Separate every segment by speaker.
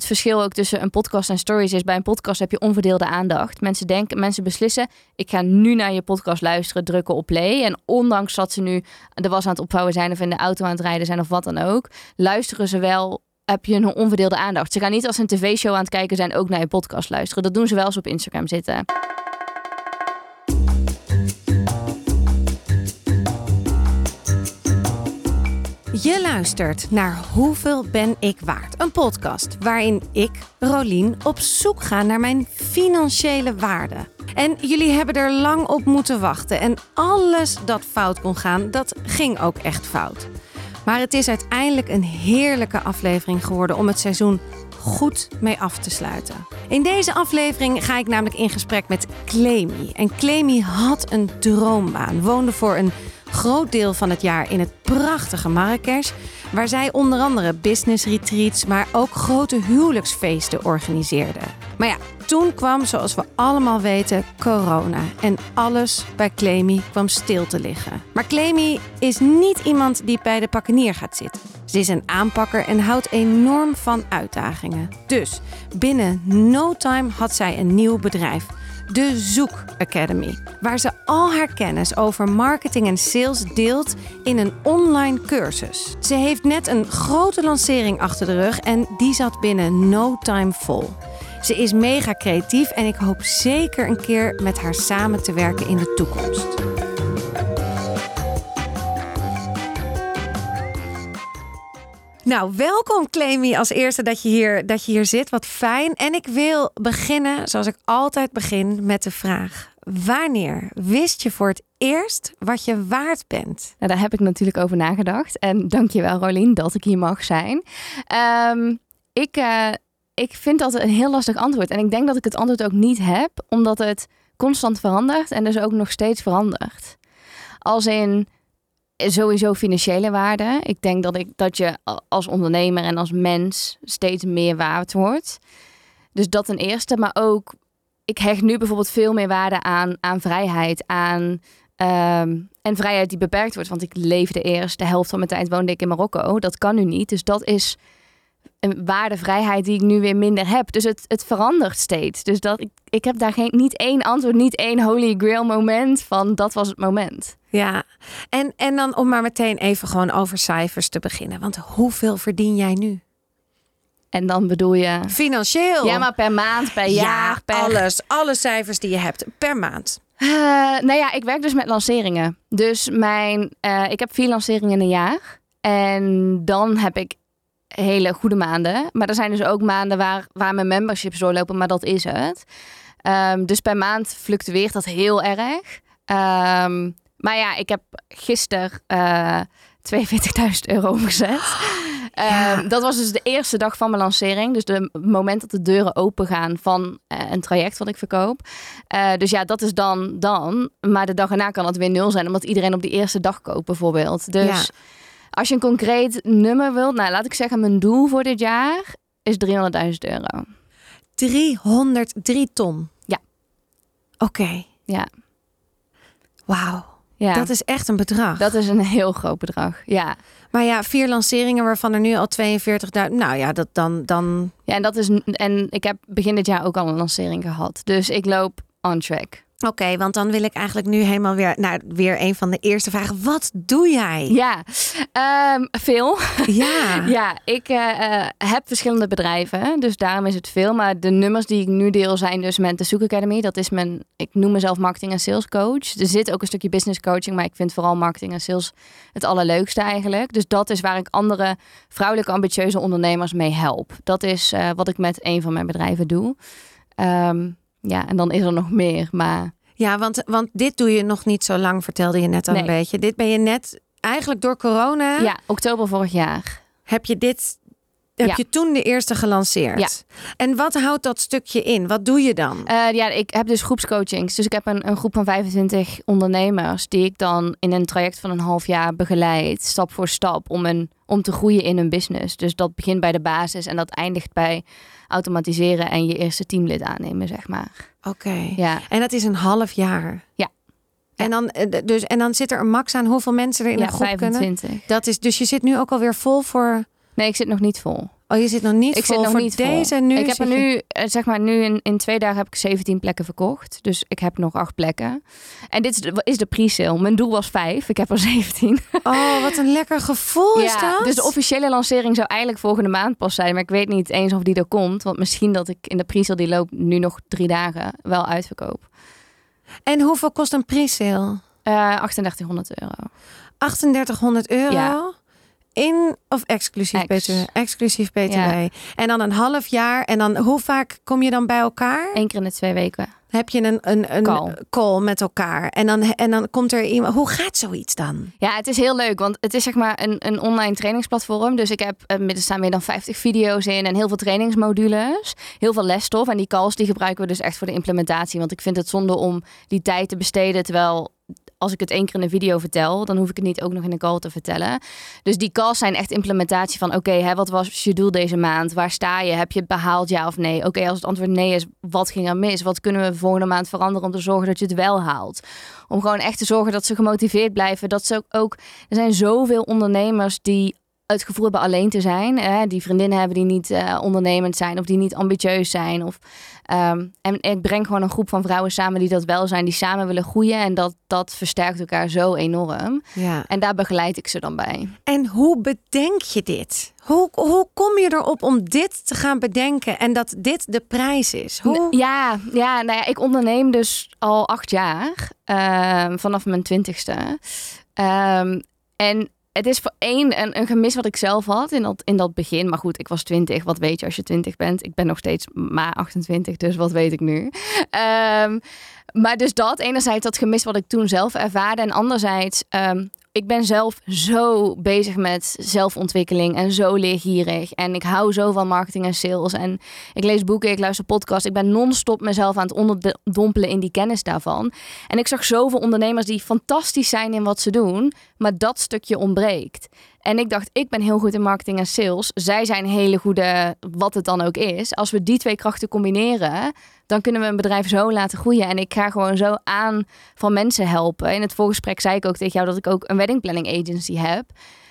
Speaker 1: verschil ook tussen een podcast en stories is. Bij een podcast heb je onverdeelde aandacht. Mensen beslissen, ik ga nu naar je podcast luisteren, drukken op play. En ondanks dat ze nu de was aan het opvouwen zijn of in de auto aan het rijden zijn of wat dan ook, luisteren ze wel, heb je een onverdeelde aandacht. Ze gaan niet als ze een tv-show aan het kijken zijn ook naar je podcast luisteren. Dat doen ze wel als ze op Instagram zitten.
Speaker 2: Je luistert naar Hoeveel ben ik waard? Een podcast waarin ik, Rolien, op zoek ga naar mijn financiële waarde. En jullie hebben er lang op moeten wachten. En alles dat fout kon gaan, dat ging ook echt fout. Maar het is uiteindelijk een heerlijke aflevering geworden om het seizoen goed mee af te sluiten. In deze aflevering ga ik namelijk in gesprek met Clemi. En Clemi had een droombaan, woonde voor een groot deel van het jaar in het prachtige Marrakesh, waar zij onder andere business retreats, maar ook grote huwelijksfeesten organiseerde. Maar ja, toen kwam, zoals we allemaal weten, corona. En alles bij Clemi kwam stil te liggen. Maar Clemi is niet iemand die bij de pakkenier gaat zitten. Ze is een aanpakker en houdt enorm van uitdagingen. Dus binnen no time had zij een nieuw bedrijf. De Zoek Academy, waar ze al haar kennis over marketing en sales deelt in een online cursus. Ze heeft net een grote lancering achter de rug en die zat binnen no time vol. Ze is mega creatief en ik hoop zeker een keer met haar samen te werken in de toekomst. Nou, welkom Clemi als eerste dat je hier zit. Wat fijn. En ik wil beginnen, zoals ik altijd begin, met de vraag: wanneer wist je voor het eerst wat je waard bent?
Speaker 1: Nou, daar heb ik natuurlijk over nagedacht. En dankjewel Rolien dat ik hier mag zijn. Ik vind dat een heel lastig antwoord. En ik denk dat ik het antwoord ook niet heb, omdat het constant verandert en dus ook nog steeds verandert. Als in sowieso financiële waarde. Ik denk dat je als ondernemer en als mens steeds meer waard wordt. Dus dat ten eerste. Maar ook, ik hecht nu bijvoorbeeld veel meer waarde aan vrijheid. En vrijheid die beperkt wordt. Want ik leefde eerst, de helft van mijn tijd woonde ik in Marokko. Dat kan nu niet. Dus dat is een waardevrijheid die ik nu weer minder heb. Dus het verandert steeds. Dus ik heb daar niet één antwoord, niet één holy grail moment van dat was het moment.
Speaker 2: Ja, en dan om maar meteen even gewoon over cijfers te beginnen. Want hoeveel verdien jij nu?
Speaker 1: En dan bedoel je
Speaker 2: financieel?
Speaker 1: Ja, maar per maand, per jaar, per
Speaker 2: alles. Alle cijfers die je hebt per maand.
Speaker 1: Nou ja, ik werk dus met lanceringen. Dus ik heb 4 lanceringen in een jaar. En dan heb ik hele goede maanden. Maar er zijn dus ook maanden waar mijn memberships doorlopen, maar dat is het. Dus per maand fluctueert dat heel erg. Maar ja, ik heb gisteren €42.000 omgezet. Dat was dus de eerste dag van mijn lancering. Dus het moment dat de deuren open gaan van een traject wat ik verkoop. Dus ja, dat is dan. Maar de dag erna kan het weer 0 zijn, omdat iedereen op die eerste dag koopt bijvoorbeeld. Dus als je een concreet nummer wilt, nou laat ik zeggen, mijn doel voor dit jaar is €300.000.
Speaker 2: 3 ton?
Speaker 1: Ja.
Speaker 2: Oké.
Speaker 1: Ja.
Speaker 2: Wauw.
Speaker 1: Ja.
Speaker 2: Dat is echt een bedrag.
Speaker 1: Dat is een heel groot bedrag, ja.
Speaker 2: Maar ja, 4 lanceringen waarvan er nu al 42.000... Nou ja, dat dan...
Speaker 1: Ja, en ik heb begin dit jaar ook al een lancering gehad. Dus ik loop on track.
Speaker 2: Oké, want dan wil ik eigenlijk nu helemaal weer een van de eerste vragen. Wat doe jij?
Speaker 1: Ja, veel.
Speaker 2: Ja.
Speaker 1: Ja, ik heb verschillende bedrijven, dus daarom is het veel. Maar de nummers die ik nu deel zijn dus met de Zoek Academy. Dat is ik noem mezelf marketing en sales coach. Er zit ook een stukje business coaching, maar ik vind vooral marketing en sales het allerleukste eigenlijk. Dus dat is waar ik andere vrouwelijke ambitieuze ondernemers mee help. Dat is wat ik met een van mijn bedrijven doe. Ja, en dan is er nog meer, maar...
Speaker 2: Ja, want dit doe je nog niet zo lang, vertelde je net al een beetje. Dit ben je net, eigenlijk door corona...
Speaker 1: Ja, oktober vorig jaar.
Speaker 2: Heb je toen de eerste gelanceerd?
Speaker 1: Ja.
Speaker 2: En wat houdt dat stukje in? Wat doe je dan?
Speaker 1: Ja, ik heb dus groepscoachings. Dus ik heb een groep van 25 ondernemers... die ik dan in een traject van een half jaar begeleid... stap voor stap om te groeien in hun business. Dus dat begint bij de basis en dat eindigt bij... automatiseren en je eerste teamlid aannemen, zeg maar.
Speaker 2: Oké.
Speaker 1: Ja.
Speaker 2: En dat is een half jaar?
Speaker 1: Ja.
Speaker 2: En dan zit er een max aan hoeveel mensen er in een groep
Speaker 1: 25.
Speaker 2: kunnen? Dat is, dus je zit nu ook alweer vol voor...
Speaker 1: Nee, ik zit nog niet vol.
Speaker 2: Oh, je zit nog niet
Speaker 1: Ik
Speaker 2: vol
Speaker 1: zit nog
Speaker 2: voor
Speaker 1: niet
Speaker 2: deze.
Speaker 1: vol.
Speaker 2: Nu
Speaker 1: ik heb er
Speaker 2: zit je-
Speaker 1: nu, zeg maar, in 2 dagen heb ik 17 plekken verkocht. Dus ik heb nog 8 plekken. En dit is de pre-sale. Mijn doel was 5. Ik heb er 17.
Speaker 2: Oh, wat een lekker gevoel is dat.
Speaker 1: Dus de officiële lancering zou eigenlijk volgende maand pas zijn. Maar ik weet niet eens of die er komt. Want misschien dat ik in de pre-sale die loopt nu nog 3 dagen wel uitverkoop.
Speaker 2: En hoeveel kost een pre-sale?
Speaker 1: €3800.
Speaker 2: €3800?
Speaker 1: Ja.
Speaker 2: In of exclusief BTW? Exclusief BTW.
Speaker 1: Ja.
Speaker 2: En dan een half jaar. En dan hoe vaak kom je dan bij elkaar?
Speaker 1: 1 keer in de 2 weken.
Speaker 2: Heb je een
Speaker 1: Call.
Speaker 2: call met elkaar? En dan komt er iemand. Hoe gaat zoiets dan?
Speaker 1: Ja, het is heel leuk, want het is zeg maar een online trainingsplatform. Dus ik heb, er staan meer dan 50 video's in en heel veel trainingsmodules. Heel veel lesstof. En die calls die gebruiken we dus echt voor de implementatie. Want ik vind het zonde om die tijd te besteden, terwijl als ik het 1 keer in een video vertel, dan hoef ik het niet ook nog in een call te vertellen. Dus die calls zijn echt implementatie van oké, wat was je doel deze maand? Waar sta je? Heb je het behaald, ja of nee? Oké, als het antwoord nee is, wat ging er mis? Wat kunnen we volgende maand veranderen om te zorgen dat je het wel haalt? Om gewoon echt te zorgen dat ze gemotiveerd blijven. Dat ze ook er zijn zoveel ondernemers die het gevoel hebben alleen te zijn. Die vriendinnen hebben die niet ondernemend zijn of die niet ambitieus zijn. En ik breng gewoon een groep van vrouwen samen die dat wel zijn, die samen willen groeien. En dat versterkt elkaar zo enorm.
Speaker 2: Ja.
Speaker 1: En daar begeleid ik ze dan bij.
Speaker 2: En hoe bedenk je dit? Hoe kom je erop om dit te gaan bedenken en dat dit de prijs is?
Speaker 1: Ja, nou ja, ik onderneem dus al 8 jaar. Vanaf mijn 20ste. En het is voor een gemis wat ik zelf had in dat begin. Maar goed, ik was 20. Wat weet je als je 20 bent? Ik ben nog steeds maar 28, dus wat weet ik nu? Maar dus dat, enerzijds dat gemis wat ik toen zelf ervaarde. En anderzijds, ik ben zelf zo bezig met zelfontwikkeling en zo leergierig. En ik hou zo van marketing en sales. En ik lees boeken, ik luister podcasts. Ik ben non-stop mezelf aan het onderdompelen in die kennis daarvan. En ik zag zoveel ondernemers die fantastisch zijn in wat ze doen, maar dat stukje ontbreekt. En ik dacht, ik ben heel goed in marketing en sales. Zij zijn hele goede, wat het dan ook is. Als we die 2 krachten combineren, dan kunnen we een bedrijf zo laten groeien. En ik ga gewoon zo aan van mensen helpen. In het voorgesprek zei ik ook tegen jou dat ik ook een wedding planning agency heb.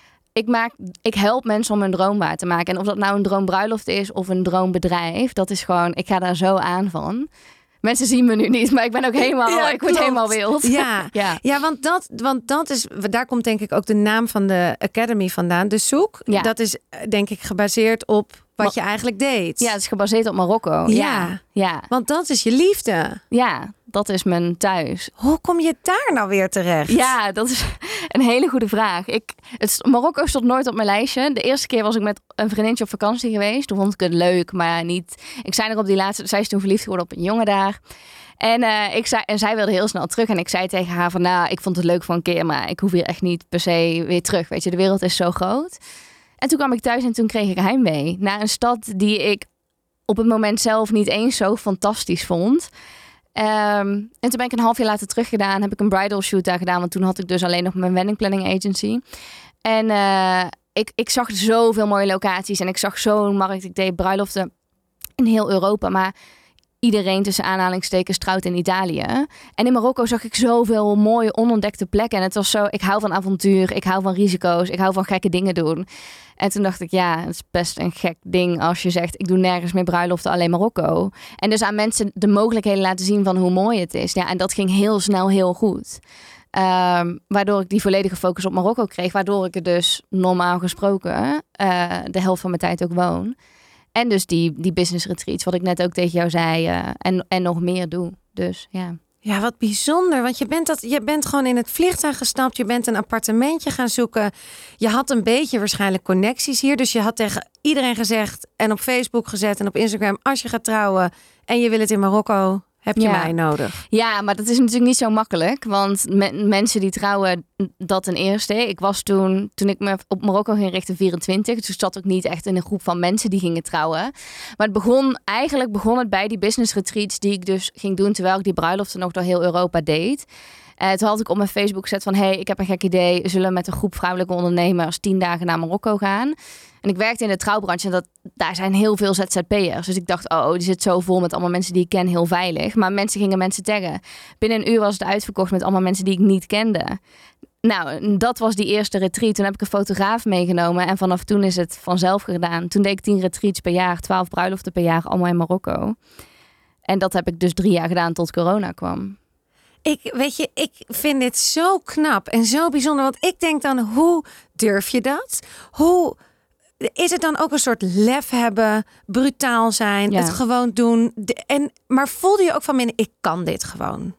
Speaker 1: Ik help mensen om hun droom waar te maken. En of dat nou een droombruiloft is of een droombedrijf, dat is gewoon, ik ga daar zo aan van. Mensen zien me nu niet, maar ik ben ook helemaal, ik word helemaal wild.
Speaker 2: Ja, want dat is, daar komt denk ik ook de naam van de Academy vandaan. De Souk, dat is denk ik gebaseerd op wat je eigenlijk deed.
Speaker 1: Ja, het is gebaseerd op Marokko. Ja.
Speaker 2: Want dat is je liefde.
Speaker 1: Ja, dat is mijn thuis.
Speaker 2: Hoe kom je daar nou weer terecht?
Speaker 1: Ja, dat is een hele goede vraag. Marokko stond nooit op mijn lijstje. De eerste keer was ik met een vriendinnetje op vakantie geweest. Toen vond ik het leuk, maar niet. Ik zei er op die laatste. Zij is toen verliefd geworden op een jongen daar. En zij wilde heel snel terug. En ik zei tegen haar van, nou, ik vond het leuk voor een keer, maar ik hoef hier echt niet per se weer terug. Weet je, de wereld is zo groot. En toen kwam ik thuis en toen kreeg ik heimwee naar een stad die ik op het moment zelf niet eens zo fantastisch vond. En toen ben ik een half jaar later teruggedaan. Heb ik een bridal shoot daar gedaan. Want toen had ik dus alleen nog mijn wedding planning agency. En ik zag zoveel mooie locaties. En ik zag zo'n markt. Ik deed bruiloften in heel Europa. Maar iedereen tussen aanhalingstekens trouwt in Italië. En in Marokko zag ik zoveel mooie onontdekte plekken. En het was zo, ik hou van avontuur. Ik hou van risico's. Ik hou van gekke dingen doen. En toen dacht ik, ja, het is best een gek ding als je zegt, ik doe nergens meer bruiloften, alleen Marokko. En dus aan mensen de mogelijkheden laten zien van hoe mooi het is. Ja, en dat ging heel snel heel goed. Waardoor ik die volledige focus op Marokko kreeg. Waardoor ik er dus normaal gesproken de helft van mijn tijd ook woon. En dus die business retreats, wat ik net ook tegen jou zei. En nog meer doe. Dus ja.
Speaker 2: Ja, wat bijzonder. Want je bent gewoon in het vliegtuig gestapt. Je bent een appartementje gaan zoeken. Je had een beetje waarschijnlijk connecties hier. Dus je had tegen iedereen gezegd en op Facebook gezet en op Instagram, als je gaat trouwen en je wil het in Marokko, heb je mij nodig.
Speaker 1: Ja, maar dat is natuurlijk niet zo makkelijk. Want mensen die trouwen, dat ten eerste. Ik was toen ik me op Marokko ging richten 24. Dus ik zat ook niet echt in een groep van mensen die gingen trouwen. Maar eigenlijk begon het bij die business retreats die ik dus ging doen terwijl ik die bruiloften nog door heel Europa deed. Toen had ik op mijn Facebook gezet van, hey, ik heb een gek idee. Zullen we met een groep vrouwelijke ondernemers 10 dagen naar Marokko gaan? En ik werkte in de trouwbranche en daar zijn heel veel ZZP'ers. Dus ik dacht, die zit zo vol met allemaal mensen die ik ken, heel veilig. Maar mensen gingen mensen taggen. Binnen een uur was het uitverkocht met allemaal mensen die ik niet kende. Nou, dat was die eerste retreat. Toen heb ik een fotograaf meegenomen. En vanaf toen is het vanzelf gedaan. Toen deed ik 10 retreats per jaar, 12 bruiloften per jaar, allemaal in Marokko. En dat heb ik dus 3 jaar gedaan tot corona kwam.
Speaker 2: Ik vind dit zo knap en zo bijzonder. Want ik denk dan, hoe durf je dat? Hoe is het dan ook een soort lef hebben, brutaal zijn, het gewoon doen? Maar voelde je ook van binnen, ik kan dit gewoon?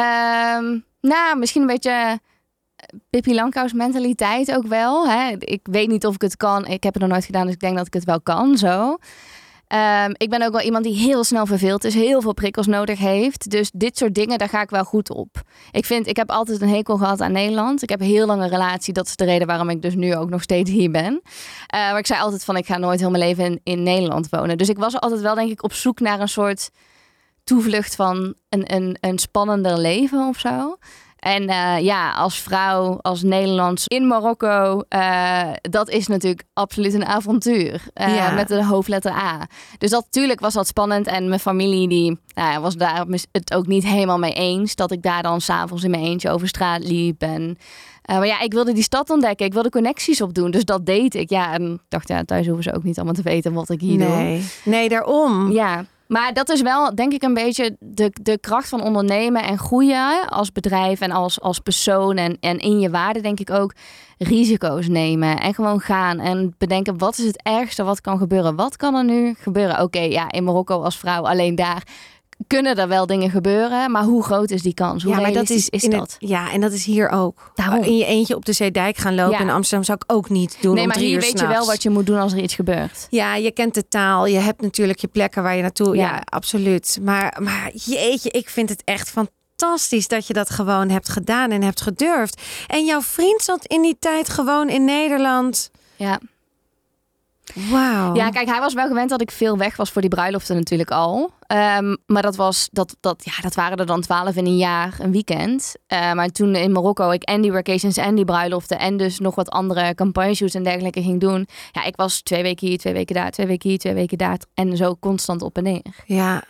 Speaker 1: Nou, misschien een beetje Pippi Langkous mentaliteit ook wel. Hè? Ik weet niet of ik het kan. Ik heb het nog nooit gedaan, dus ik denk dat ik het wel kan zo. Ik ben ook wel iemand die heel snel verveeld is, heel veel prikkels nodig heeft. Dus dit soort dingen, daar ga ik wel goed op. Ik heb altijd een hekel gehad aan Nederland. Ik heb een heel lange relatie. Dat is de reden waarom ik dus nu ook nog steeds hier ben. Maar ik zei altijd van, ik ga nooit heel mijn leven in Nederland wonen. Dus ik was altijd wel, denk ik, op zoek naar een soort toevlucht van een spannender leven of zo. En als vrouw, als Nederlands in Marokko, dat is natuurlijk absoluut een avontuur. Met de hoofdletter A. Dus natuurlijk was dat spannend. En mijn familie die was daar het ook niet helemaal mee eens. Dat ik daar dan 's avonds in mijn eentje over straat liep. Maar ik wilde die stad ontdekken. Ik wilde connecties opdoen. Dus dat deed ik. Ja, en dacht, thuis hoeven ze ook niet allemaal te weten wat ik hier doe.
Speaker 2: Nee, daarom.
Speaker 1: Ja. Maar dat is wel, denk ik, een beetje de kracht van ondernemen en groeien als bedrijf en als persoon. En in je waarde denk ik ook risico's nemen en gewoon gaan en bedenken, wat is het ergste wat kan gebeuren? Wat kan er nu gebeuren? Oké, in Marokko als vrouw, alleen daar kunnen er wel dingen gebeuren, maar hoe groot is die kans? Hoe realistisch is dat?
Speaker 2: En dat is hier ook.
Speaker 1: Daarom.
Speaker 2: In je eentje op de Zeedijk gaan lopen in Amsterdam zou ik ook niet doen.
Speaker 1: Nee, maar hier weet je wel wat je moet doen als er iets gebeurt.
Speaker 2: Ja, je kent de taal. Je hebt natuurlijk je plekken waar je naartoe... Ja, absoluut. Maar jeetje, ik vind het echt fantastisch dat je dat gewoon hebt gedaan en hebt gedurfd. En jouw vriend zat in die tijd gewoon in Nederland.
Speaker 1: Ja.
Speaker 2: Wauw.
Speaker 1: Ja, kijk, hij was wel gewend dat ik veel weg was voor die bruiloften natuurlijk al. Maar dat waren er dan 12 in een jaar, een weekend. Maar toen in Marokko ik en die workations en die bruiloften en dus nog wat andere campagneshoots en dergelijke ging doen. Ja, ik was 2 weken hier, 2 weken daar, 2 weken hier, 2 weken daar. En zo constant op en neer.
Speaker 2: Ja.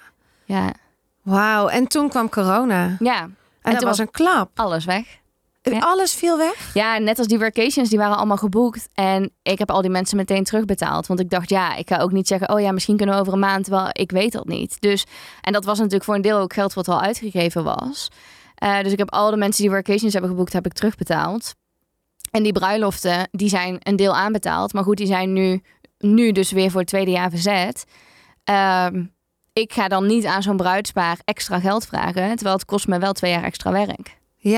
Speaker 2: Wauw. En toen kwam corona.
Speaker 1: Ja.
Speaker 2: En dat was een klap.
Speaker 1: Alles weg.
Speaker 2: Ja. Alles viel weg?
Speaker 1: Ja, net als die workations, die waren allemaal geboekt. En ik heb al die mensen meteen terugbetaald. Want ik dacht, ik ga ook niet zeggen, misschien kunnen we over een maand. Terwijl ik weet dat niet. Dus, en dat was natuurlijk voor een deel ook geld wat al uitgegeven was. Dus ik heb al de mensen die workations hebben geboekt, heb ik terugbetaald. En die bruiloften, die zijn een deel aanbetaald. Maar goed, die zijn nu dus weer voor het tweede jaar verzet. Ik ga dan niet aan zo'n bruidspaar extra geld vragen. Terwijl het kost me wel 2 jaar extra werk.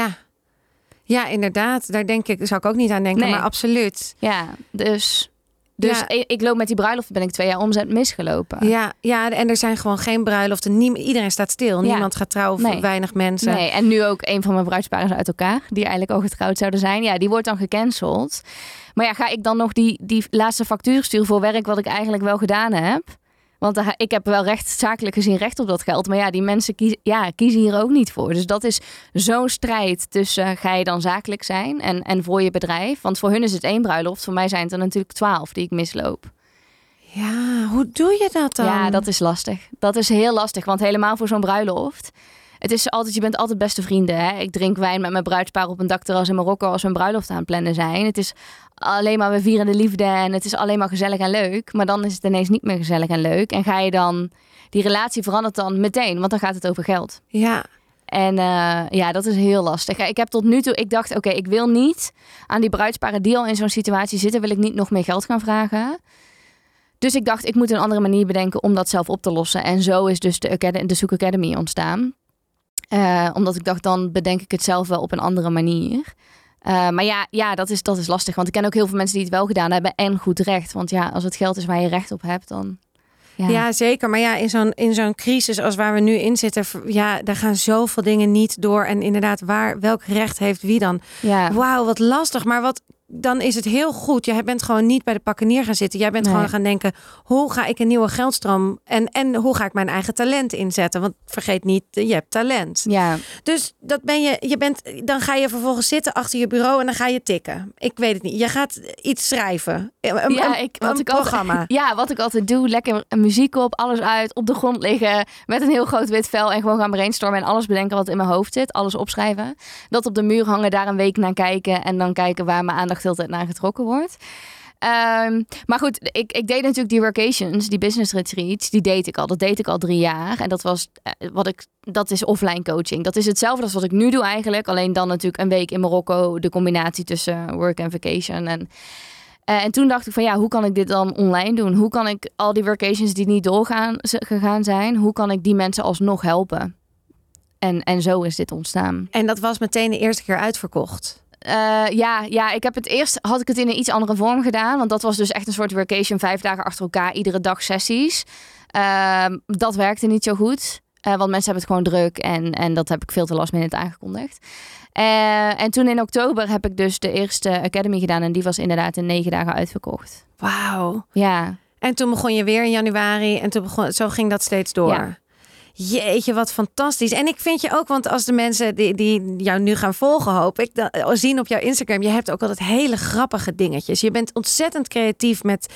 Speaker 2: Ja, inderdaad. Daar zou ik ook niet aan denken, maar absoluut.
Speaker 1: Ja, dus ik loop met die bruiloft, ben ik 2 jaar omzet misgelopen.
Speaker 2: Ja, en er zijn gewoon geen bruiloften. Iedereen staat stil. Niemand gaat trouwen, weinig mensen.
Speaker 1: Nee, en nu ook een van mijn bruidsparen is uit elkaar, die eigenlijk al getrouwd zouden zijn. Ja, die wordt dan gecanceld. Maar ga ik dan nog die laatste factuur sturen voor werk wat ik eigenlijk wel gedaan heb? Want ik heb wel zakelijk gezien recht op dat geld. Maar die mensen kiezen hier ook niet voor. Dus dat is zo'n strijd tussen ga je dan zakelijk zijn en voor je bedrijf. Want voor hun is het 1 bruiloft. Voor mij zijn het er natuurlijk 12 die ik misloop.
Speaker 2: Ja, hoe doe je dat dan?
Speaker 1: Ja, dat is lastig. Dat is heel lastig. Want helemaal voor zo'n bruiloft. Het is altijd, je bent altijd beste vrienden. Hè? Ik drink wijn met mijn bruidspaar op een dakterras in Marokko als we een bruiloft aan het plannen zijn. Het is alleen maar, we vieren de liefde en het is alleen maar gezellig en leuk. Maar dan is het ineens niet meer gezellig en leuk. En ga je dan, die relatie verandert dan meteen, want dan gaat het over geld.
Speaker 2: Ja.
Speaker 1: En dat is heel lastig. Ik heb tot nu toe, ik dacht, ik wil niet aan die bruidsparen die al in zo'n situatie zitten, wil ik niet nog meer geld gaan vragen. Dus ik dacht, ik moet een andere manier bedenken om dat zelf op te lossen. En zo is dus de Soek Academy ontstaan. Omdat ik dacht, dan bedenk ik het zelf wel op een andere manier. Maar dat is lastig. Want ik ken ook heel veel mensen die het wel gedaan hebben en goed recht. Want als het geld is waar je recht op hebt, dan...
Speaker 2: Ja, zeker. Maar in zo'n crisis als waar we nu in zitten, daar gaan zoveel dingen niet door. En inderdaad, welk recht heeft wie dan?
Speaker 1: Ja.
Speaker 2: Wauw, wat lastig. Maar wat dan is het heel goed. Jij bent gewoon niet bij de pakken neer gaan zitten. Jij bent gewoon gaan denken, hoe ga ik een nieuwe geldstroom en hoe ga ik mijn eigen talent inzetten? Want vergeet niet, je hebt talent.
Speaker 1: Ja.
Speaker 2: Dus dat dan ga je vervolgens zitten achter je bureau en dan ga je tikken. Ik weet het niet. Je gaat iets schrijven. Een programma.
Speaker 1: Wat ik altijd doe, lekker muziek op, alles uit, op de grond liggen met een heel groot wit vel en gewoon gaan brainstormen en alles bedenken wat in mijn hoofd zit. Alles opschrijven. Dat op de muur hangen, daar een week naar kijken en dan kijken waar mijn aandacht de hele tijd naar getrokken wordt. Maar goed, ik deed natuurlijk die workations, die business retreats, die deed ik al. Dat deed ik al 3 jaar. En dat was dat is offline coaching. Dat is hetzelfde als wat ik nu doe eigenlijk. Alleen dan natuurlijk een week in Marokko, de combinatie tussen work en vacation. En toen dacht ik van hoe kan ik dit dan online doen? Hoe kan ik al die workations die niet doorgegaan zijn, hoe kan ik die mensen alsnog helpen? En zo is dit ontstaan.
Speaker 2: En dat was meteen de eerste keer uitverkocht?
Speaker 1: Ik heb had ik het in een iets andere vorm gedaan. Want dat was dus echt een soort workation, 5 dagen achter elkaar, iedere dag sessies. Dat werkte niet zo goed. Want mensen hebben het gewoon druk en dat heb ik veel te last minute aangekondigd. En toen in oktober heb ik dus de eerste academy gedaan. En die was inderdaad in 9 dagen uitverkocht.
Speaker 2: Wauw.
Speaker 1: Ja.
Speaker 2: En toen begon je weer in januari en zo ging dat steeds door. Ja. Jeetje, wat fantastisch. En ik vind je ook, want als de mensen die jou nu gaan volgen, hoop ik, zien op jouw Instagram, je hebt ook altijd hele grappige dingetjes. Je bent ontzettend creatief met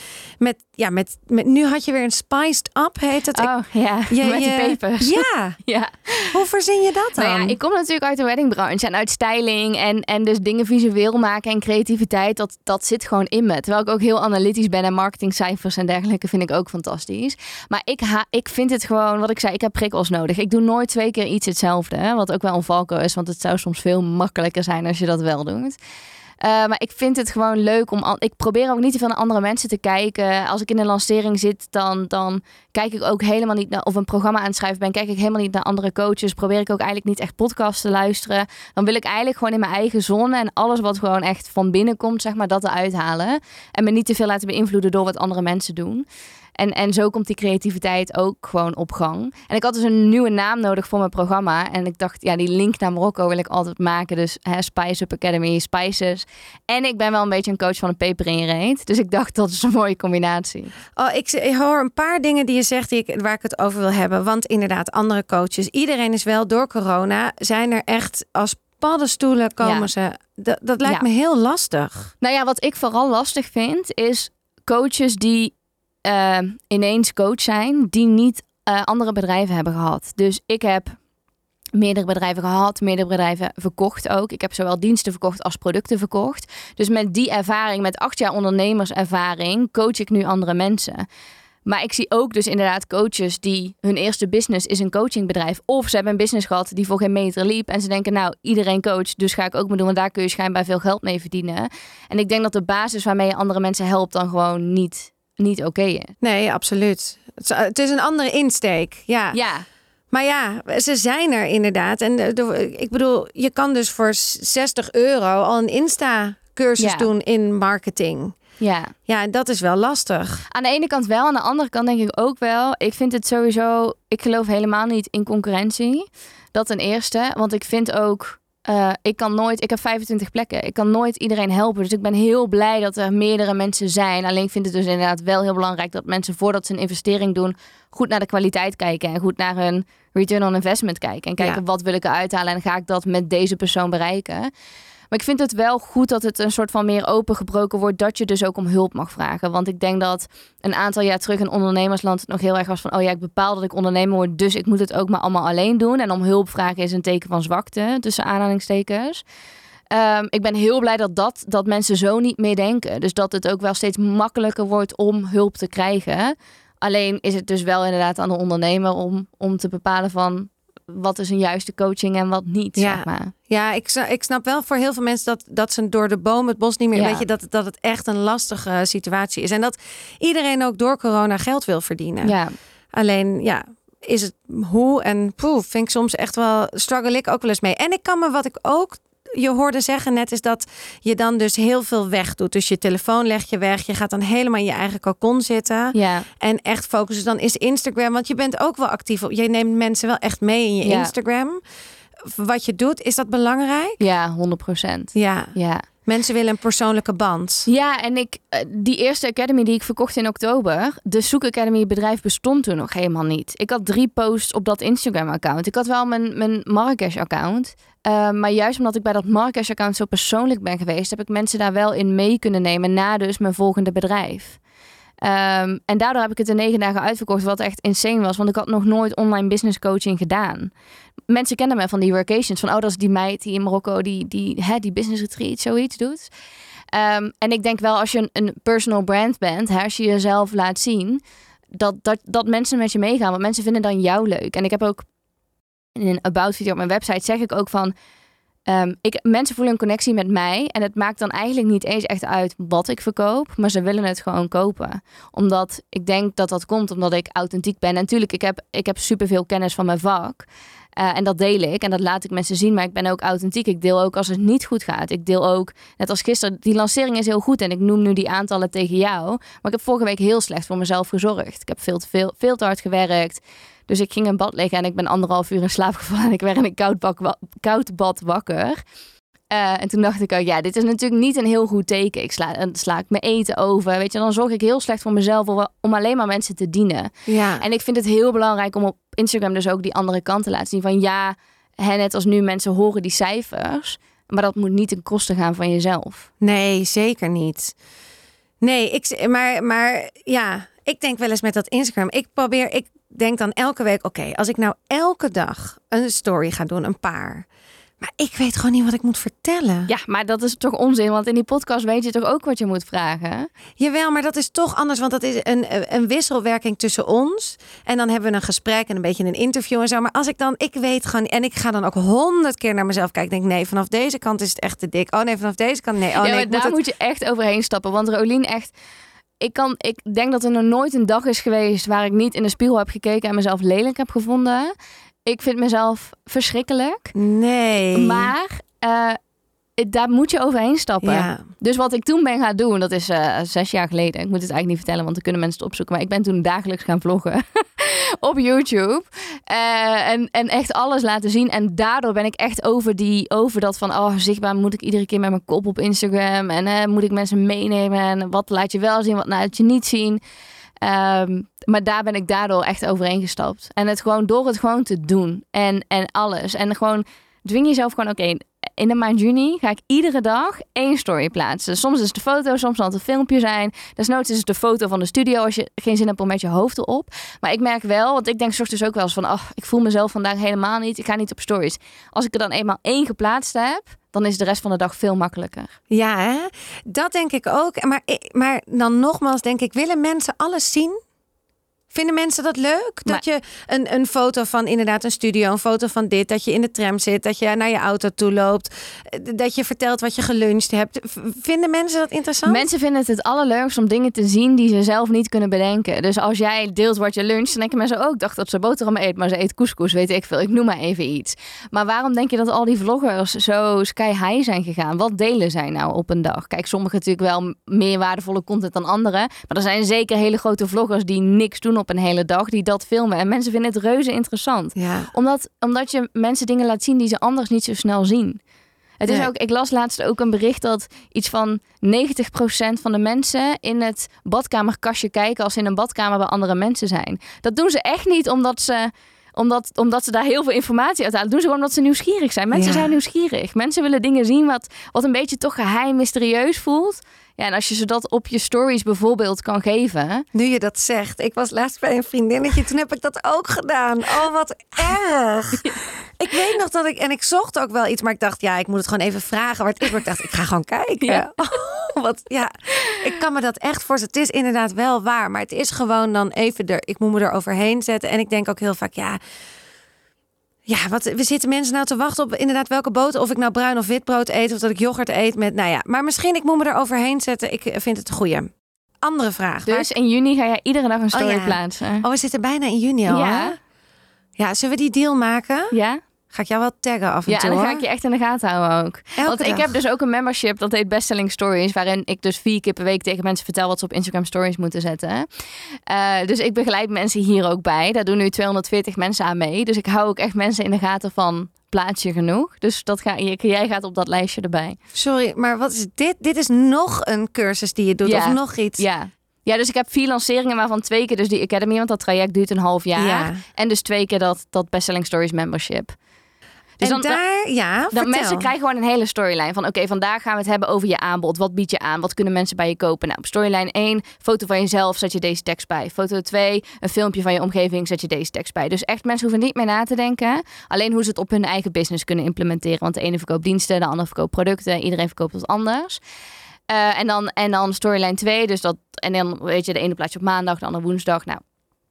Speaker 2: nu had je weer een Spiced Up, heet het.
Speaker 1: Oh ja, met die pepers.
Speaker 2: Ja. Hoe verzin je dat dan?
Speaker 1: Nou ja, ik kom natuurlijk uit de weddingbranche en uit styling en dus dingen visueel maken en creativiteit, dat zit gewoon in me. Terwijl ik ook heel analytisch ben en marketingcijfers en dergelijke vind ik ook fantastisch. Maar ik vind het gewoon, wat ik zei, ik heb prikkels nodig. Ik doe nooit 2 keer iets hetzelfde, hè? Wat ook wel een valkuil is, want het zou soms veel makkelijker zijn als je dat wel doet. Maar ik vind het gewoon leuk ik probeer ook niet te veel naar andere mensen te kijken. Als ik in een lancering zit, dan kijk ik ook helemaal niet naar, of een programma aan het schrijven ben, kijk ik helemaal niet naar andere coaches. Probeer ik ook eigenlijk niet echt podcasts te luisteren. Dan wil ik eigenlijk gewoon in mijn eigen zone en alles wat gewoon echt van binnen komt, zeg maar, dat eruit halen. En me niet te veel laten beïnvloeden door wat andere mensen doen. En zo komt die creativiteit ook gewoon op gang. En ik had dus een nieuwe naam nodig voor mijn programma. En ik dacht, die link naar Marokko wil ik altijd maken. Dus Spice Up Academy, Spices. En ik ben wel een beetje een coach van een peper in je reet. Dus ik dacht, dat is een mooie combinatie.
Speaker 2: Oh, ik hoor een paar dingen die je zegt waar ik het over wil hebben. Want inderdaad, andere coaches. Iedereen is wel door corona. Zijn er echt als paddenstoelen komen ze. Dat lijkt me heel lastig.
Speaker 1: Nou ja, wat ik vooral lastig vind, is coaches die ineens coach zijn, die niet andere bedrijven hebben gehad. Dus ik heb meerdere bedrijven gehad, meerdere bedrijven verkocht ook. Ik heb zowel diensten verkocht als producten verkocht. Dus met die ervaring, met 8 jaar ondernemerservaring, coach ik nu andere mensen. Maar ik zie ook dus inderdaad coaches die hun eerste business is een coachingbedrijf. Of ze hebben een business gehad die voor geen meter liep. En ze denken, nou, iedereen coach, dus ga ik ook maar doen. Want daar kun je schijnbaar veel geld mee verdienen. En ik denk dat de basis waarmee je andere mensen helpt dan gewoon niet oké is. Nee,
Speaker 2: absoluut. Het is een andere insteek. Ja. Maar ja, ze zijn er inderdaad. En ik bedoel, je kan dus voor €60 al een Insta-cursus doen in marketing. Ja, dat is wel lastig.
Speaker 1: Aan de ene kant wel, aan de andere kant denk ik ook wel. Ik vind het sowieso, ik geloof helemaal niet in concurrentie. Dat ten eerste, want ik vind ook, ik heb 25 plekken. Ik kan nooit iedereen helpen. Dus ik ben heel blij dat er meerdere mensen zijn. Alleen ik vind het dus inderdaad wel heel belangrijk dat mensen voordat ze een investering doen, goed naar de kwaliteit kijken en goed naar hun return on investment kijken. En kijken wat wil ik eruit halen en ga ik dat met deze persoon bereiken. Maar ik vind het wel goed dat het een soort van meer opengebroken wordt, dat je dus ook om hulp mag vragen. Want ik denk dat een aantal jaar terug in ondernemersland het nog heel erg was van, ik bepaal dat ik ondernemer word, dus ik moet het ook maar allemaal alleen doen. En om hulp vragen is een teken van zwakte, tussen aanhalingstekens. Ik ben heel blij dat mensen zo niet meer denken. Dus dat het ook wel steeds makkelijker wordt om hulp te krijgen. Alleen is het dus wel inderdaad aan de ondernemer om te bepalen van, wat is een juiste coaching en wat niet, zeg maar.
Speaker 2: Ja, ik snap wel voor heel veel mensen dat ze door de boom het bos niet meer... Weet je, dat het echt een lastige situatie is. En dat iedereen ook door corona geld wil verdienen. Ja. Alleen, is het hoe en vind ik soms echt wel... struggle ik ook wel eens mee. En wat ik ook je hoorde zeggen net, is dat je dan dus heel veel weg doet. Dus je telefoon leg je weg. Je gaat dan helemaal in je eigen cocon zitten. Ja. En echt focussen. Dan is Instagram, want je bent ook wel actief. Je neemt mensen wel echt mee in je Instagram. Wat je doet, is dat belangrijk?
Speaker 1: Ja, 100%.
Speaker 2: Ja. Mensen willen een persoonlijke band.
Speaker 1: Ja, en die eerste academy die ik verkocht in oktober, de Zoek Academy bedrijf bestond toen nog helemaal niet. Ik had 3 posts op dat Instagram-account. Ik had wel mijn Marrakesh-account. Maar juist omdat ik bij dat Marrakesh-account zo persoonlijk ben geweest, heb ik mensen daar wel in mee kunnen nemen na dus mijn volgende bedrijf. En daardoor heb ik het in 9 dagen uitverkocht, wat echt insane was. Want ik had nog nooit online business coaching gedaan. Mensen kennen me van die workations. Van, dat is die meid die in Marokko die business retreat zoiets doet. En ik denk wel als je een personal brand bent, als je jezelf laat zien, dat mensen met je meegaan. Want mensen vinden dan jou leuk. En ik heb ook in een about video op mijn website zeg ik ook van, mensen voelen een connectie met mij. En het maakt dan eigenlijk niet eens echt uit wat ik verkoop. Maar ze willen het gewoon kopen. Omdat ik denk dat komt omdat ik authentiek ben. En natuurlijk, ik heb superveel kennis van mijn vak. En dat deel ik en dat laat ik mensen zien. Maar ik ben ook authentiek. Ik deel ook als het niet goed gaat. Ik deel ook, net als gisteren, die lancering is heel goed. En ik noem nu die aantallen tegen jou. Maar ik heb vorige week heel slecht voor mezelf gezorgd. Ik heb veel te hard gewerkt. Dus ik ging in bad liggen en ik ben 1,5 uur in slaap gevallen. En ik werd in een koud bad wakker. En toen dacht ik ook, dit is natuurlijk niet een heel goed teken. Sla ik mijn eten over. Weet je, dan zorg ik heel slecht voor mezelf om alleen maar mensen te dienen.
Speaker 2: Ja.
Speaker 1: En ik vind het heel belangrijk om op Instagram dus ook die andere kant te laten zien. Van net als nu mensen horen die cijfers. Maar dat moet niet ten koste gaan van jezelf.
Speaker 2: Nee, zeker niet. Nee, maar ik denk wel eens met dat Instagram. Ik denk dan elke week, oké, als ik nou elke dag een story ga doen, een paar. Maar ik weet gewoon niet wat ik moet vertellen.
Speaker 1: Ja, maar dat is toch onzin? Want in die podcast weet je toch ook wat je moet vragen?
Speaker 2: Jawel, maar dat is toch anders. Want dat is een wisselwerking tussen ons. En dan hebben we een gesprek en een beetje een interview en zo. Maar ik weet gewoon... En ik ga dan ook 100 keer naar mezelf kijken. Ik denk, nee, vanaf deze kant is het echt te dik. Oh nee, vanaf deze kant, nee. Oh nee,
Speaker 1: maar daar moet je echt overheen stappen. Want Rolien echt... Ik denk dat er nog nooit een dag is geweest waar ik niet in de spiegel heb gekeken en mezelf lelijk heb gevonden. Ik vind mezelf verschrikkelijk.
Speaker 2: Nee.
Speaker 1: Maar daar moet je overheen stappen. Ja. Dus wat ik toen ben gaan doen, dat is 6 jaar geleden. Ik moet het eigenlijk niet vertellen, want dan kunnen mensen het opzoeken. Maar ik ben toen dagelijks gaan vloggen op YouTube. En echt alles laten zien. En daardoor ben ik echt over dat van... zichtbaar moet ik iedere keer met mijn kop op Instagram. En moet ik mensen meenemen. En wat laat je wel zien, wat laat je niet zien. Maar daar ben ik daardoor echt overheen gestapt. En door het gewoon te doen. En alles. En gewoon dwing jezelf gewoon, oké, in de maand juni ga ik iedere dag 1 story plaatsen. Soms is het de foto, soms zal het een filmpje zijn. Desnoods is het de foto van de studio als je geen zin hebt om met je hoofd erop. Maar ik merk wel, want ik denk 's ochtends ook wel eens van... ik voel mezelf vandaag helemaal niet. Ik ga niet op stories. Als ik er dan eenmaal 1 geplaatst heb... dan is de rest van de dag veel makkelijker.
Speaker 2: Ja, hè? Dat denk ik ook. Maar dan nogmaals denk ik, willen mensen alles zien? Vinden mensen dat leuk? Dat je een foto van inderdaad een studio, een foto van dit, dat je in de tram zit, dat je naar je auto toe loopt, dat je vertelt wat je geluncht hebt. Vinden mensen dat interessant?
Speaker 1: Mensen vinden het allerleukst om dingen te zien die ze zelf niet kunnen bedenken. Dus als jij deelt wat je luncht, dan denken mensen ook, ik dacht dat ze boterham eet, maar ze eet couscous, weet ik veel. Ik noem maar even iets. Maar waarom denk je dat al die vloggers zo sky high zijn gegaan? Wat delen zij nou op een dag? Kijk, sommigen natuurlijk wel meer waardevolle content dan anderen. Maar er zijn zeker hele grote vloggers die niks doen op een hele dag, die dat filmen. En mensen vinden het reuze interessant.
Speaker 2: Ja.
Speaker 1: Omdat je mensen dingen laat zien die ze anders niet zo snel zien. Het is ook, ik las laatst ook een bericht dat iets van 90% van de mensen in het badkamerkastje kijken als ze in een badkamer bij andere mensen zijn. Dat doen ze echt niet omdat ze daar heel veel informatie uit halen. Dat doen ze gewoon omdat ze nieuwsgierig zijn. Mensen zijn nieuwsgierig. Mensen willen dingen zien wat een beetje toch geheim, mysterieus voelt. Ja, en als je ze dat op je stories bijvoorbeeld kan geven.
Speaker 2: Nu je dat zegt. Ik was laatst bij een vriendinnetje. Toen heb ik dat ook gedaan. Oh, wat erg. Ja. Ik weet nog dat ik zocht ook wel iets. Maar ik dacht, ik moet het gewoon even vragen. Maar ik dacht, ik ga gewoon kijken. Ja. Ik kan me dat echt voorstellen. Het is inderdaad wel waar. Maar het is gewoon dan even ik moet me er overheen zetten. En ik denk ook heel vaak, we zitten mensen nou te wachten op inderdaad welke boter. Of ik nou bruin of wit brood eet. Of dat ik yoghurt eet met, Maar misschien ik moet me er overheen zetten. Ik vind het een goeie. Andere vraag.
Speaker 1: Dus in juni ga jij iedere dag een story plaatsen?
Speaker 2: Oh, we zitten bijna in juni al, hè? Ja, zullen we die deal maken?
Speaker 1: Ja.
Speaker 2: Ga ik jou wel taggen af en toe.
Speaker 1: Ja, en dan ga ik je echt in de gaten houden ook. Want ik heb dus ook een membership, dat heet Bestselling Stories, waarin ik dus 4 keer per week tegen mensen vertel wat ze op Instagram Stories moeten zetten. Dus ik begeleid mensen hier ook bij. Daar doen nu 240 mensen aan mee. Dus ik hou ook echt mensen in de gaten van plaats je genoeg. Dus jij gaat op dat lijstje erbij.
Speaker 2: Sorry, maar wat is dit? Dit is nog een cursus die je doet of nog iets?
Speaker 1: Ja, dus ik heb 4 lanceringen, waarvan 2 keer dus die Academy. Want dat traject duurt een half jaar. Ja. En dus 2 keer dat Bestselling Stories membership. Dus
Speaker 2: en
Speaker 1: dan mensen krijgen gewoon een hele storyline van oké, vandaag gaan we het hebben over je aanbod. Wat bied je aan? Wat kunnen mensen bij je kopen? Nou, op storyline 1, foto van jezelf, zet je deze tekst bij. Foto 2, een filmpje van je omgeving, zet je deze tekst bij. Dus echt, mensen hoeven niet meer na te denken. Alleen hoe ze het op hun eigen business kunnen implementeren. Want de ene verkoopt diensten, de andere verkoopt producten. Iedereen verkoopt wat anders. En dan storyline 2, dus dat. En dan weet je, de ene plaats je op maandag, de andere woensdag. Nou,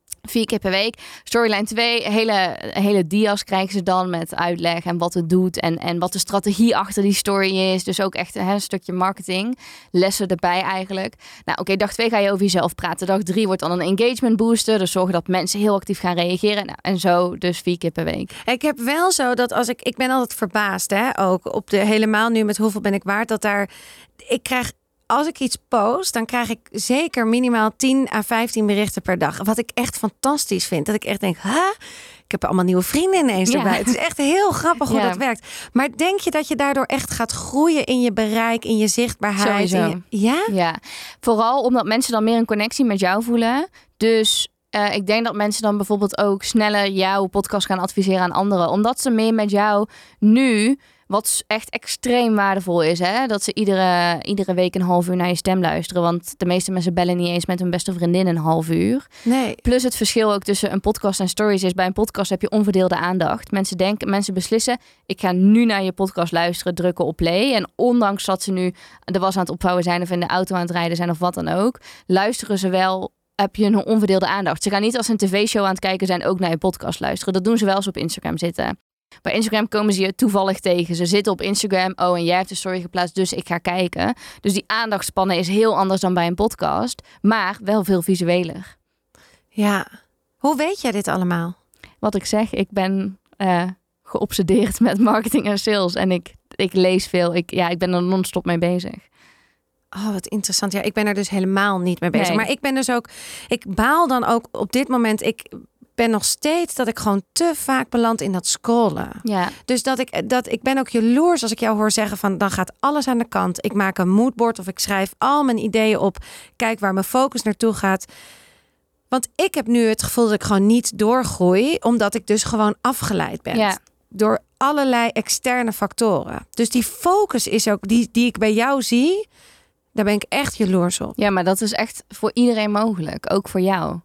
Speaker 1: 4 keer per week. Storyline 2, hele dia's krijgen ze dan met uitleg en wat het doet en wat de strategie achter die story is. Dus ook echt een stukje marketing. Lessen erbij eigenlijk. Nou oké, dag 2 ga je over jezelf praten. Dag 3 wordt dan een engagement booster. Dus zorgen dat mensen heel actief gaan reageren. Nou, en zo dus 4 keer per week.
Speaker 2: Ik heb wel zo dat als ik ben altijd verbaasd, hè, ook op helemaal nu met hoeveel ben ik waard, dat ik krijg. Als ik iets post, dan krijg ik zeker minimaal 10 à 15 berichten per dag. Wat ik echt fantastisch vind. Dat ik echt denk, ik heb allemaal nieuwe vrienden ineens erbij. Het is echt heel grappig hoe dat werkt. Maar denk je dat je daardoor echt gaat groeien in je bereik, in je zichtbaarheid?
Speaker 1: Sowieso. Ja, vooral omdat mensen dan meer een connectie met jou voelen. Dus ik denk dat mensen dan bijvoorbeeld ook sneller jouw podcast gaan adviseren aan anderen. Omdat ze meer met jou nu... Wat echt extreem waardevol is, hè? Dat ze iedere week een half uur naar je stem luisteren. Want de meeste mensen bellen niet eens met hun beste vriendin een half uur.
Speaker 2: Nee.
Speaker 1: Plus het verschil ook tussen een podcast en stories is... bij een podcast heb je onverdeelde aandacht. Mensen beslissen, ik ga nu naar je podcast luisteren, drukken op play. En ondanks dat ze nu de was aan het opvouwen zijn... of in de auto aan het rijden zijn of wat dan ook... luisteren ze wel... heb je een onverdeelde aandacht. Ze gaan niet als ze een tv-show aan het kijken zijn... ook naar je podcast luisteren. Dat doen ze wel als ze op Instagram zitten... Bij Instagram komen ze je toevallig tegen. Ze zitten op Instagram. Oh, en jij hebt de story geplaatst, dus ik ga kijken. Dus die aandachtspannen is heel anders dan bij een podcast. Maar wel veel visueler.
Speaker 2: Ja. Hoe weet jij dit allemaal?
Speaker 1: Wat ik zeg, ik ben geobsedeerd met marketing en sales. En ik lees veel. Ik ben er non-stop mee bezig.
Speaker 2: Oh, wat interessant. Ja, ik ben er dus helemaal niet mee bezig.
Speaker 1: Nee.
Speaker 2: Maar ik ben dus ook... Ik baal dan ook op dit moment... Ik ben nog steeds dat ik gewoon te vaak beland in dat scrollen.
Speaker 1: Ja.
Speaker 2: Dus ik ben ook jaloers als ik jou hoor zeggen van... dan gaat alles aan de kant. Ik maak een moodboard of ik schrijf al mijn ideeën op. Kijk waar mijn focus naartoe gaat. Want ik heb nu het gevoel dat ik gewoon niet doorgroei... omdat ik dus gewoon afgeleid ben.
Speaker 1: Ja.
Speaker 2: Door allerlei externe factoren. Dus die focus is ook die ik bij jou zie... daar ben ik echt jaloers op.
Speaker 1: Ja, maar dat is echt voor iedereen mogelijk. Ook voor jou.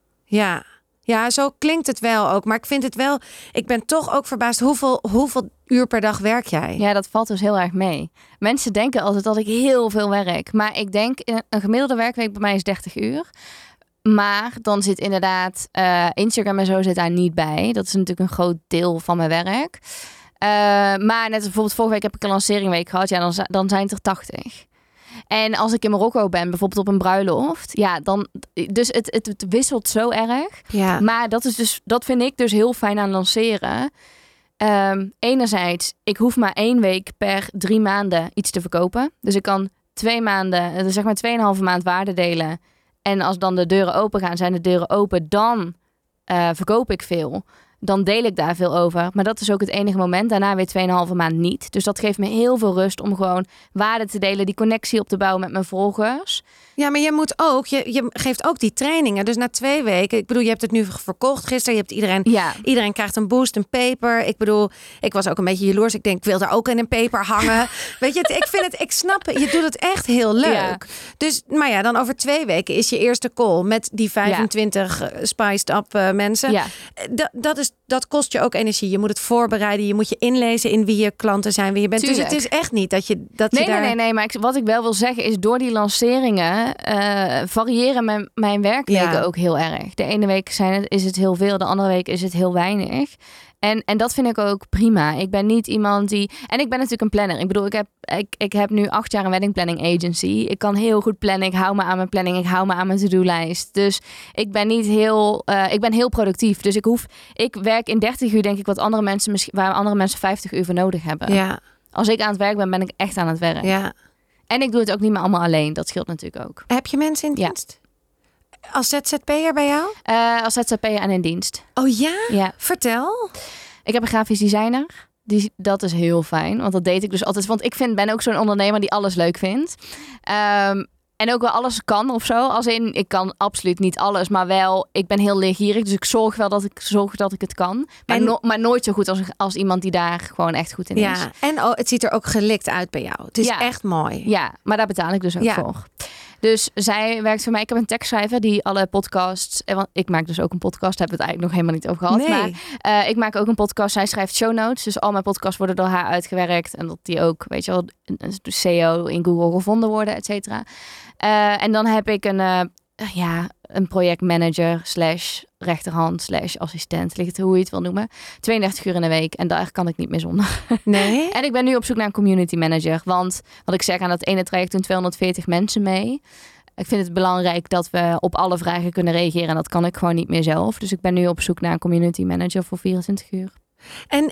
Speaker 2: Ja, zo klinkt het wel ook. Maar ik vind het wel... Ik ben toch ook verbaasd. Hoeveel uur per dag werk jij?
Speaker 1: Ja, dat valt dus heel erg mee. Mensen denken altijd dat ik heel veel werk. Maar ik denk, een gemiddelde werkweek bij mij is 30 uur. Maar dan zit inderdaad Instagram en zo zit daar niet bij. Dat is natuurlijk een groot deel van mijn werk. Maar net bijvoorbeeld vorige week heb ik een lanceringweek gehad. Ja, dan zijn het er 80. En als ik in Marokko ben, bijvoorbeeld op een bruiloft, ja, dan dus het wisselt zo erg.
Speaker 2: Ja.
Speaker 1: Maar dat vind ik dus heel fijn aan lanceren. Enerzijds, ik hoef maar 1 week per 3 maanden iets te verkopen. Dus ik kan 2 maanden, zeg maar 2,5 maand waarde delen. En als dan de deuren open gaan, zijn de deuren open, dan verkoop ik veel. Dan deel ik daar veel over. Maar dat is ook het enige moment. Daarna weer 2,5 maand niet. Dus dat geeft me heel veel rust om gewoon waarde te delen. Die connectie op te bouwen met mijn volgers.
Speaker 2: Ja, maar je moet ook, je geeft ook die trainingen. Dus na 2 weken, ik bedoel, je hebt het nu verkocht gisteren. Je hebt iedereen krijgt een boost, een paper. Ik bedoel, ik was ook een beetje jaloers. Ik denk, ik wil daar ook in een paper hangen. Weet je, ik snap het. Je doet het echt heel leuk. Ja. Dus, maar ja, dan over 2 weken is je eerste call met die 25 spiced up mensen. Ja. Dat kost je ook energie. Je moet het voorbereiden. Je moet je inlezen in wie je klanten zijn, wie je bent.
Speaker 1: Tuurlijk.
Speaker 2: Dus het is echt niet dat je
Speaker 1: Nee, maar wat ik wel wil zeggen is, door die lanceringen variëren mijn werkweken ook heel erg. De ene week is het heel veel, de andere week is het heel weinig. En dat vind ik ook prima. Ik ben niet iemand die... En ik ben natuurlijk een planner. Ik bedoel, ik heb nu 8 jaar een wedding planning agency. Ik kan heel goed plannen. Ik hou me aan mijn planning. Ik hou me aan mijn to-do-lijst. Dus ik ben niet heel... ik ben heel productief. Dus ik werk in 30 uur, denk ik, waar andere mensen 50 uur voor nodig hebben.
Speaker 2: Ja.
Speaker 1: Als ik aan het werk ben ik echt aan het werk.
Speaker 2: Ja.
Speaker 1: En ik doe het ook niet meer allemaal alleen. Dat scheelt natuurlijk ook.
Speaker 2: Heb je mensen in dienst? Als ZZP'er bij jou?
Speaker 1: Als ZZP'er en in dienst.
Speaker 2: Oh ja?
Speaker 1: Ja.
Speaker 2: Vertel.
Speaker 1: Ik heb een grafisch designer. Dat is heel fijn, want dat deed ik dus altijd. Want ik ben ook zo'n ondernemer die alles leuk vindt. En ook wel alles kan of zo. Als in, ik kan absoluut niet alles, maar wel, ik ben heel leergierig. Dus ik zorg wel dat ik het kan. Maar nooit zo goed als iemand die daar gewoon echt goed in is.
Speaker 2: Ja, en het ziet er ook gelikt uit bij jou. Het is echt mooi.
Speaker 1: Ja, maar daar betaal ik dus ook voor. Dus zij werkt voor mij. Ik heb een tekstschrijver die alle podcasts... Want ik maak dus ook een podcast. Daar hebben we het eigenlijk nog helemaal niet over gehad.
Speaker 2: Nee.
Speaker 1: Maar ik maak ook een podcast. Zij schrijft show notes. Dus al mijn podcasts worden door haar uitgewerkt. En dat die ook, weet je wel, een SEO in Google gevonden worden, et cetera. En dan heb ik een projectmanager / rechterhand / assistent. Ligt het hoe je het wil noemen. 32 uur in de week. En daar kan ik niet meer zonder.
Speaker 2: Nee?
Speaker 1: En ik ben nu op zoek naar een community manager. Want wat ik zeg, aan dat ene traject doen 240 mensen mee. Ik vind het belangrijk dat we op alle vragen kunnen reageren. En dat kan ik gewoon niet meer zelf. Dus ik ben nu op zoek naar een community manager voor 24 uur.
Speaker 2: En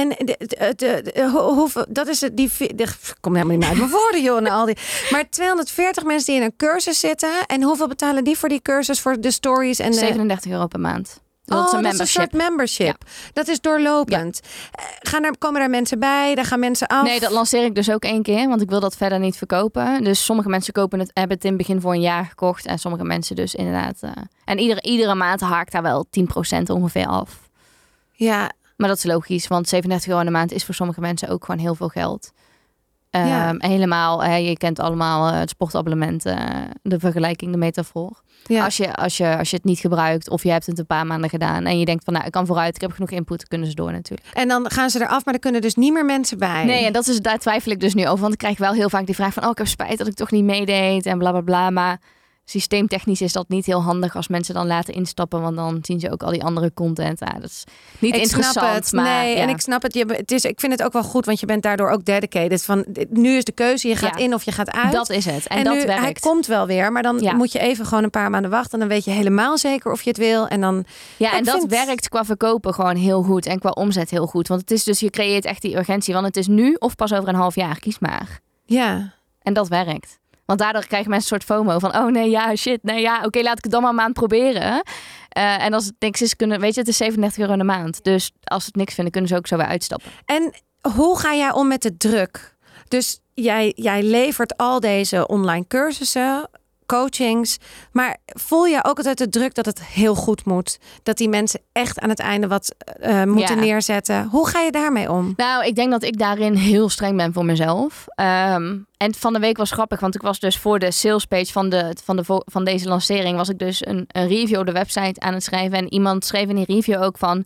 Speaker 2: hoeveel, dat is kom helemaal niet meer uit mijn woorden, joh. Al die. Maar 240 mensen die in een cursus zitten. En hoeveel betalen die voor die cursus, voor de stories? En
Speaker 1: €37 per maand. Dat is een
Speaker 2: soort membership. Ja. Dat is doorlopend. Ja. Komen daar mensen bij? Daar gaan mensen af?
Speaker 1: Nee, dat lanceer ik dus ook 1 keer. Want ik wil dat verder niet verkopen. Dus sommige mensen hebben het in het begin voor een jaar gekocht. En sommige mensen dus inderdaad. En iedere maand haakt daar wel 10% ongeveer af.
Speaker 2: Ja.
Speaker 1: Maar dat is logisch. Want €37 in de maand is voor sommige mensen ook gewoon heel veel geld. Helemaal, je kent allemaal het sportabonnement, de vergelijking, de metafoor. Ja. Als je het niet gebruikt of je hebt het een paar maanden gedaan en je denkt van, nou, ik kan vooruit, ik heb genoeg input, dan kunnen ze door natuurlijk.
Speaker 2: En dan gaan ze eraf, maar er kunnen dus niet meer mensen bij.
Speaker 1: Nee, en daar twijfel ik dus nu over, want ik krijg wel heel vaak die vraag van, ik heb spijt dat ik toch niet meedeed en bla bla bla, maar systeemtechnisch is dat niet heel handig als mensen dan laten instappen, want dan zien ze ook al die andere content. Dat is niet interessant.
Speaker 2: Snap het.
Speaker 1: Maar,
Speaker 2: en ik snap het. Ik vind het ook wel goed, want je bent daardoor ook dedicated. Van nu is de keuze, je gaat in of je gaat uit.
Speaker 1: Dat is het. En dat werkt.
Speaker 2: Hij komt wel weer, maar dan moet je even gewoon een paar maanden wachten. En dan weet je helemaal zeker of je het wil. En dan.
Speaker 1: Ja, en dat werkt qua verkopen gewoon heel goed en qua omzet heel goed. Want het is dus, je creëert echt die urgentie. Want het is nu of pas over een half jaar. Kies maar.
Speaker 2: Ja.
Speaker 1: En dat werkt. Want daardoor krijgen mensen een soort FOMO van, oké, laat ik het dan maar een maand proberen. En als het niks is, het is €37 in de maand. Dus als ze het niks vinden, kunnen ze ook zo weer uitstappen.
Speaker 2: En hoe ga jij om met de druk? Dus jij levert al deze online cursussen, coachings. Maar voel je ook altijd de druk dat het heel goed moet? Dat die mensen echt aan het einde wat moeten neerzetten? Hoe ga je daarmee om?
Speaker 1: Nou, ik denk dat ik daarin heel streng ben voor mezelf. En van de week was grappig, want ik was dus voor de salespage van deze lancering was ik dus een review op de website aan het schrijven. En iemand schreef in die review ook van,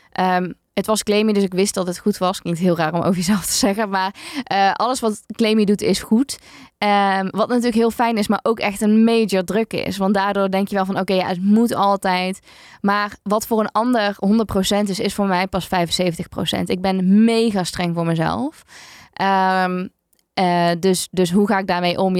Speaker 1: het was Claimy, dus ik wist dat het goed was. Klinkt heel raar om over jezelf te zeggen, maar alles wat Claimy doet is goed. Wat natuurlijk heel fijn is, maar ook echt een major druk is. Want daardoor denk je wel van, het moet altijd. Maar wat voor een ander 100% is voor mij pas 75%. Ik ben mega streng voor mezelf. Dus hoe ga ik daarmee om?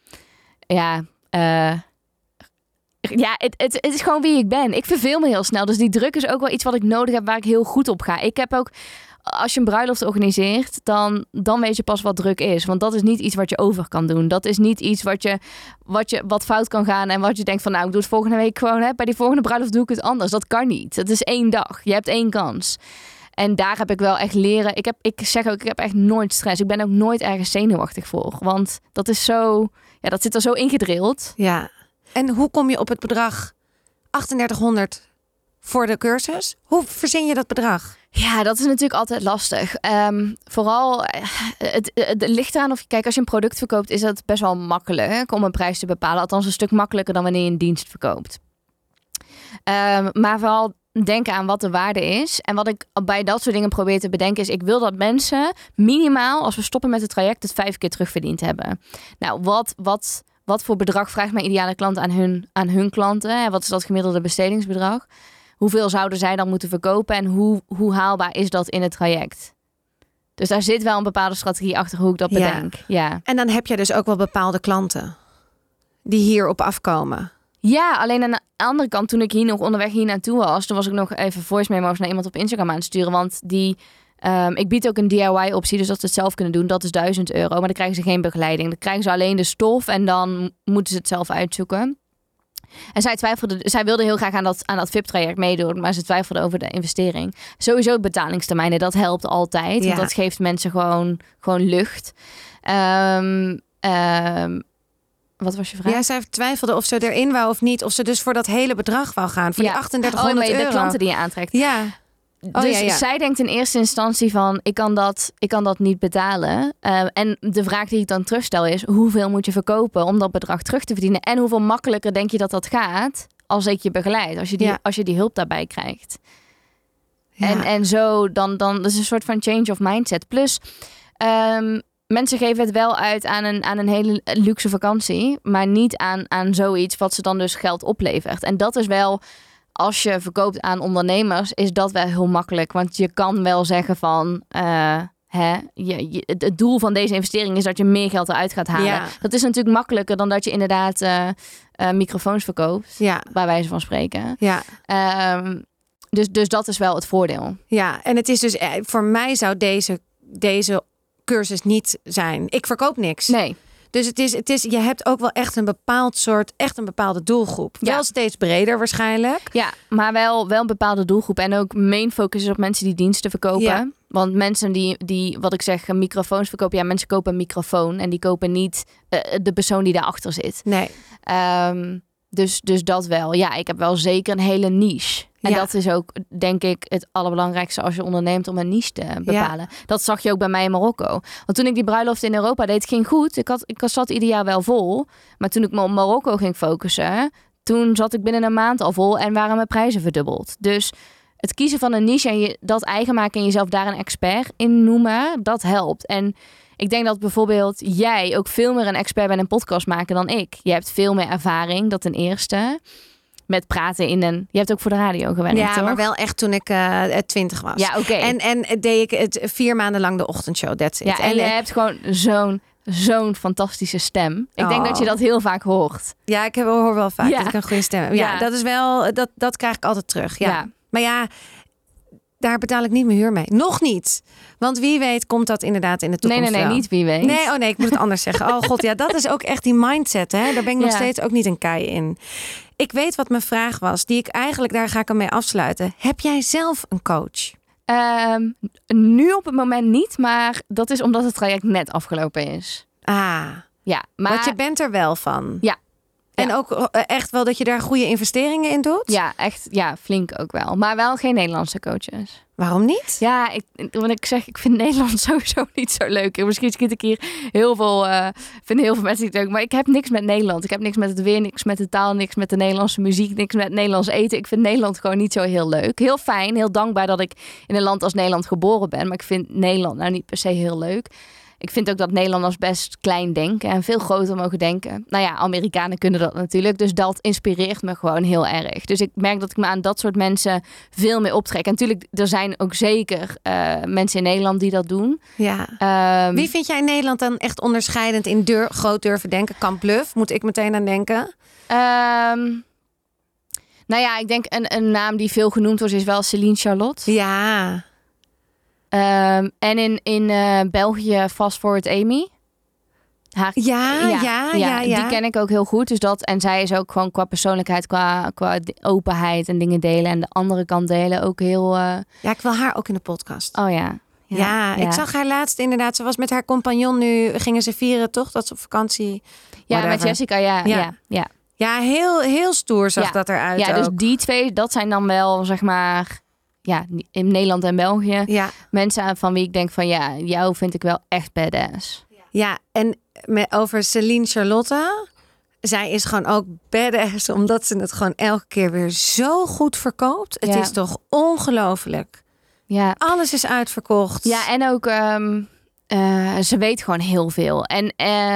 Speaker 1: Het is gewoon wie ik ben. Ik verveel me heel snel. Dus die druk is ook wel iets wat ik nodig heb, waar ik heel goed op ga. Ik heb ook, als je een bruiloft organiseert, dan weet je pas wat druk is. Want dat is niet iets wat je over kan doen. Dat is niet iets wat fout kan gaan en wat je denkt van, nou, ik doe het volgende week gewoon. Bij die volgende bruiloft doe ik het anders. Dat kan niet. Het is 1 dag. Je hebt 1 kans. En daar heb ik wel echt leren. Ik heb echt nooit stress. Ik ben ook nooit ergens zenuwachtig voor. Want dat is zo, dat zit er zo ingedrild.
Speaker 2: Ja. En hoe kom je op het bedrag 3800 voor de cursus? Hoe verzin je dat bedrag?
Speaker 1: Ja, dat is natuurlijk altijd lastig. Vooral, het ligt eraan of als je een product verkoopt, is het best wel makkelijk om een prijs te bepalen. Althans een stuk makkelijker dan wanneer je een dienst verkoopt. Maar vooral denken aan wat de waarde is. En wat ik bij dat soort dingen probeer te bedenken is, ik wil dat mensen minimaal, als we stoppen met het traject, het 5 keer terugverdiend hebben. Nou, wat voor bedrag vraagt mijn ideale klant aan hun klanten? Wat is dat gemiddelde bestedingsbedrag? Hoeveel zouden zij dan moeten verkopen? En hoe haalbaar is dat in het traject? Dus daar zit wel een bepaalde strategie achter hoe ik dat bedenk. Ja.
Speaker 2: En dan heb je dus ook wel bepaalde klanten die hierop afkomen.
Speaker 1: Ja, alleen aan de andere kant, toen ik nog onderweg hier naartoe was, toen was ik nog even voice memo's naar iemand op Instagram aan het sturen. Want ik bied ook een DIY-optie, dus dat ze het zelf kunnen doen. Dat is €1000, maar dan krijgen ze geen begeleiding. Dan krijgen ze alleen de stof en dan moeten ze het zelf uitzoeken. En zij wilde heel graag aan dat VIP-traject meedoen, maar ze twijfelde over de investering. Sowieso betalingstermijnen, dat helpt altijd. Want dat geeft mensen gewoon lucht. Wat was je vraag?
Speaker 2: Ja, zij twijfelde of ze erin wou of niet. Of ze dus voor dat hele bedrag wou gaan. Voor die 3800 euro.
Speaker 1: De klanten die je aantrekt.
Speaker 2: Ja.
Speaker 1: Dus zij denkt in eerste instantie van, ik kan dat niet betalen. En de vraag die ik dan terugstel is, hoeveel moet je verkopen om dat bedrag terug te verdienen? En hoeveel makkelijker denk je dat gaat als ik je begeleid? Als je die hulp daarbij krijgt. Ja. En zo, dan dat is een soort van change of mindset. Plus, mensen geven het wel uit aan een hele luxe vakantie, maar niet aan zoiets wat ze dan dus geld oplevert. En dat is wel, als je verkoopt aan ondernemers, is dat wel heel makkelijk. Want je kan wel zeggen van, het doel van deze investering is dat je meer geld eruit gaat halen. Ja. Dat is natuurlijk makkelijker dan dat je inderdaad microfoons verkoopt, bij wijze van spreken. Ja. Dus dat is wel het voordeel. Ja,
Speaker 2: en het is dus, voor mij zou deze cursus niet zijn. Ik verkoop niks.
Speaker 1: Nee.
Speaker 2: Dus het is, je hebt ook wel echt een bepaalde doelgroep. Ja. Wel steeds breder waarschijnlijk.
Speaker 1: Ja, maar wel een bepaalde doelgroep. En ook main focus is op mensen die diensten verkopen. Ja. Want mensen die wat ik zeg, microfoons verkopen. Ja, mensen kopen een microfoon en die kopen niet de persoon die daarachter zit.
Speaker 2: Nee.
Speaker 1: Dus dat wel. Ja, ik heb wel zeker een hele niche. En dat is ook, denk ik, het allerbelangrijkste als je onderneemt om een niche te bepalen. Ja. Dat zag je ook bij mij in Marokko. Want toen ik die bruiloft in Europa deed, ging goed. Ik zat ieder jaar wel vol. Maar toen ik me op Marokko ging focussen, toen zat ik binnen een maand al vol en waren mijn prijzen verdubbeld. Dus het kiezen van een niche en je dat eigen maken en jezelf daar een expert in noemen, dat helpt. En ik denk dat bijvoorbeeld jij ook veel meer een expert bent in podcast maken dan ik. Je hebt veel meer ervaring, dat ten eerste. Met praten je hebt ook voor de radio gewerkt,
Speaker 2: ja,
Speaker 1: toch?
Speaker 2: Maar wel echt toen ik 20 was.
Speaker 1: Ja, oké.
Speaker 2: En deed ik het 4 maanden lang de ochtendshow, that's it.
Speaker 1: Ja, en je hebt gewoon zo'n fantastische stem. Ik denk dat je dat heel vaak hoort.
Speaker 2: Ja, ik hoor wel vaak dat ik een goede stem heb. Ja, dat is wel, dat krijg ik altijd terug. Ja. Maar ja, daar betaal ik niet mijn huur mee. Nog niet. Want wie weet komt dat inderdaad in de toekomst
Speaker 1: Nee, niet wie weet.
Speaker 2: Nee, ik moet het anders zeggen. Oh god, ja, dat is ook echt die mindset. Hè? Daar ben ik nog steeds ook niet een kei in. Ik weet wat mijn vraag was, die ik eigenlijk, daar ga ik hem mee afsluiten. Heb jij zelf een coach?
Speaker 1: Nu op het moment niet, maar dat is omdat het traject net afgelopen is. Ja, maar
Speaker 2: want je bent er wel van.
Speaker 1: Ja.
Speaker 2: En ook echt wel dat je daar goede investeringen in doet?
Speaker 1: Ja, echt. Ja, flink ook wel. Maar wel geen Nederlandse coaches.
Speaker 2: Waarom niet?
Speaker 1: Ja, ik vind Nederland sowieso niet zo leuk. Misschien schiet ik hier vinden heel veel mensen niet leuk. Maar ik heb niks met Nederland. Ik heb niks met het weer, niks met de taal, niks met de Nederlandse muziek, niks met Nederlands eten. Ik vind Nederland gewoon niet zo heel leuk. Heel fijn, heel dankbaar dat ik in een land als Nederland geboren ben. Maar ik vind Nederland nou niet per se heel leuk. Ik vind ook dat Nederlanders best klein denken en veel groter mogen denken. Nou ja, Amerikanen kunnen dat natuurlijk. Dus dat inspireert me gewoon heel erg. Dus ik merk dat ik me aan dat soort mensen veel meer optrek. En natuurlijk, er zijn ook zeker mensen in Nederland die dat doen.
Speaker 2: Ja. Wie vind jij in Nederland dan echt onderscheidend in groot durven denken? Kamp Bluff, moet ik meteen aan denken?
Speaker 1: Nou ja, ik denk een naam die veel genoemd wordt is wel Céline Charlotte.
Speaker 2: Ja.
Speaker 1: En in België Fast Forward Amy.
Speaker 2: Ja.
Speaker 1: Die ken ik ook heel goed. Dus en zij is ook gewoon qua persoonlijkheid, qua openheid en dingen delen. En de andere kant delen ook heel... Ja,
Speaker 2: ik wil haar ook in de podcast.
Speaker 1: Oh ja.
Speaker 2: Ja, ik zag haar laatst inderdaad. Ze was met haar compagnon nu. Gingen ze vieren, toch? Dat ze op vakantie...
Speaker 1: Ja, met Jessica, ja.
Speaker 2: Ja, heel stoer zag dat eruit.
Speaker 1: Ja,
Speaker 2: ook.
Speaker 1: Dus die twee, dat zijn dan wel, zeg maar... Ja, in Nederland en België. Ja. Mensen van wie ik denk van ja, jou vind ik wel echt badass.
Speaker 2: Ja, en over Céline Charlotte. Zij is gewoon ook badass omdat ze het gewoon elke keer weer zo goed verkoopt. Het is toch ongelooflijk. Ja. Alles is uitverkocht.
Speaker 1: Ja, en ook ze weet gewoon heel veel. En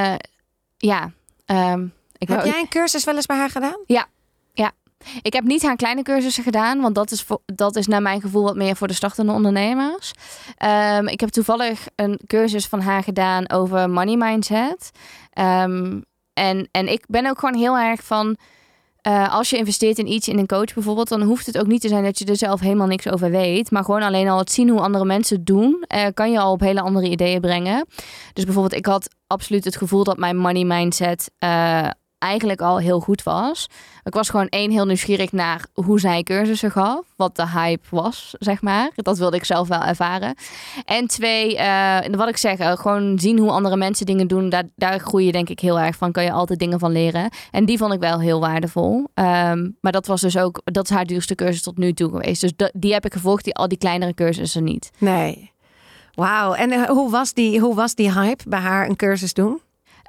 Speaker 2: heb jij een cursus wel eens bij haar gedaan?
Speaker 1: Ja. Ik heb niet haar kleine cursussen gedaan, want dat is naar mijn gevoel wat meer voor de startende ondernemers. Ik heb toevallig een cursus van haar gedaan over money mindset. En ik ben ook gewoon heel erg van, als je investeert in iets, in een coach bijvoorbeeld, dan hoeft het ook niet te zijn dat je er zelf helemaal niks over weet. Maar gewoon alleen al het zien hoe andere mensen het doen, kan je al op hele andere ideeën brengen. Dus bijvoorbeeld, ik had absoluut het gevoel dat mijn money mindset eigenlijk al heel goed was. Ik was gewoon heel nieuwsgierig naar hoe zij cursussen gaf. Wat de hype was, zeg maar. Dat wilde ik zelf wel ervaren. En 2, wat ik zeg, gewoon zien hoe andere mensen dingen doen. Daar groei je denk ik heel erg van. Kan je altijd dingen van leren. En die vond ik wel heel waardevol. Maar dat was dus ook, dat is haar duurste cursus tot nu toe geweest. Dus die heb ik gevolgd, al die kleinere cursussen niet.
Speaker 2: Nee. Wauw. En hoe was die hype bij haar een cursus doen?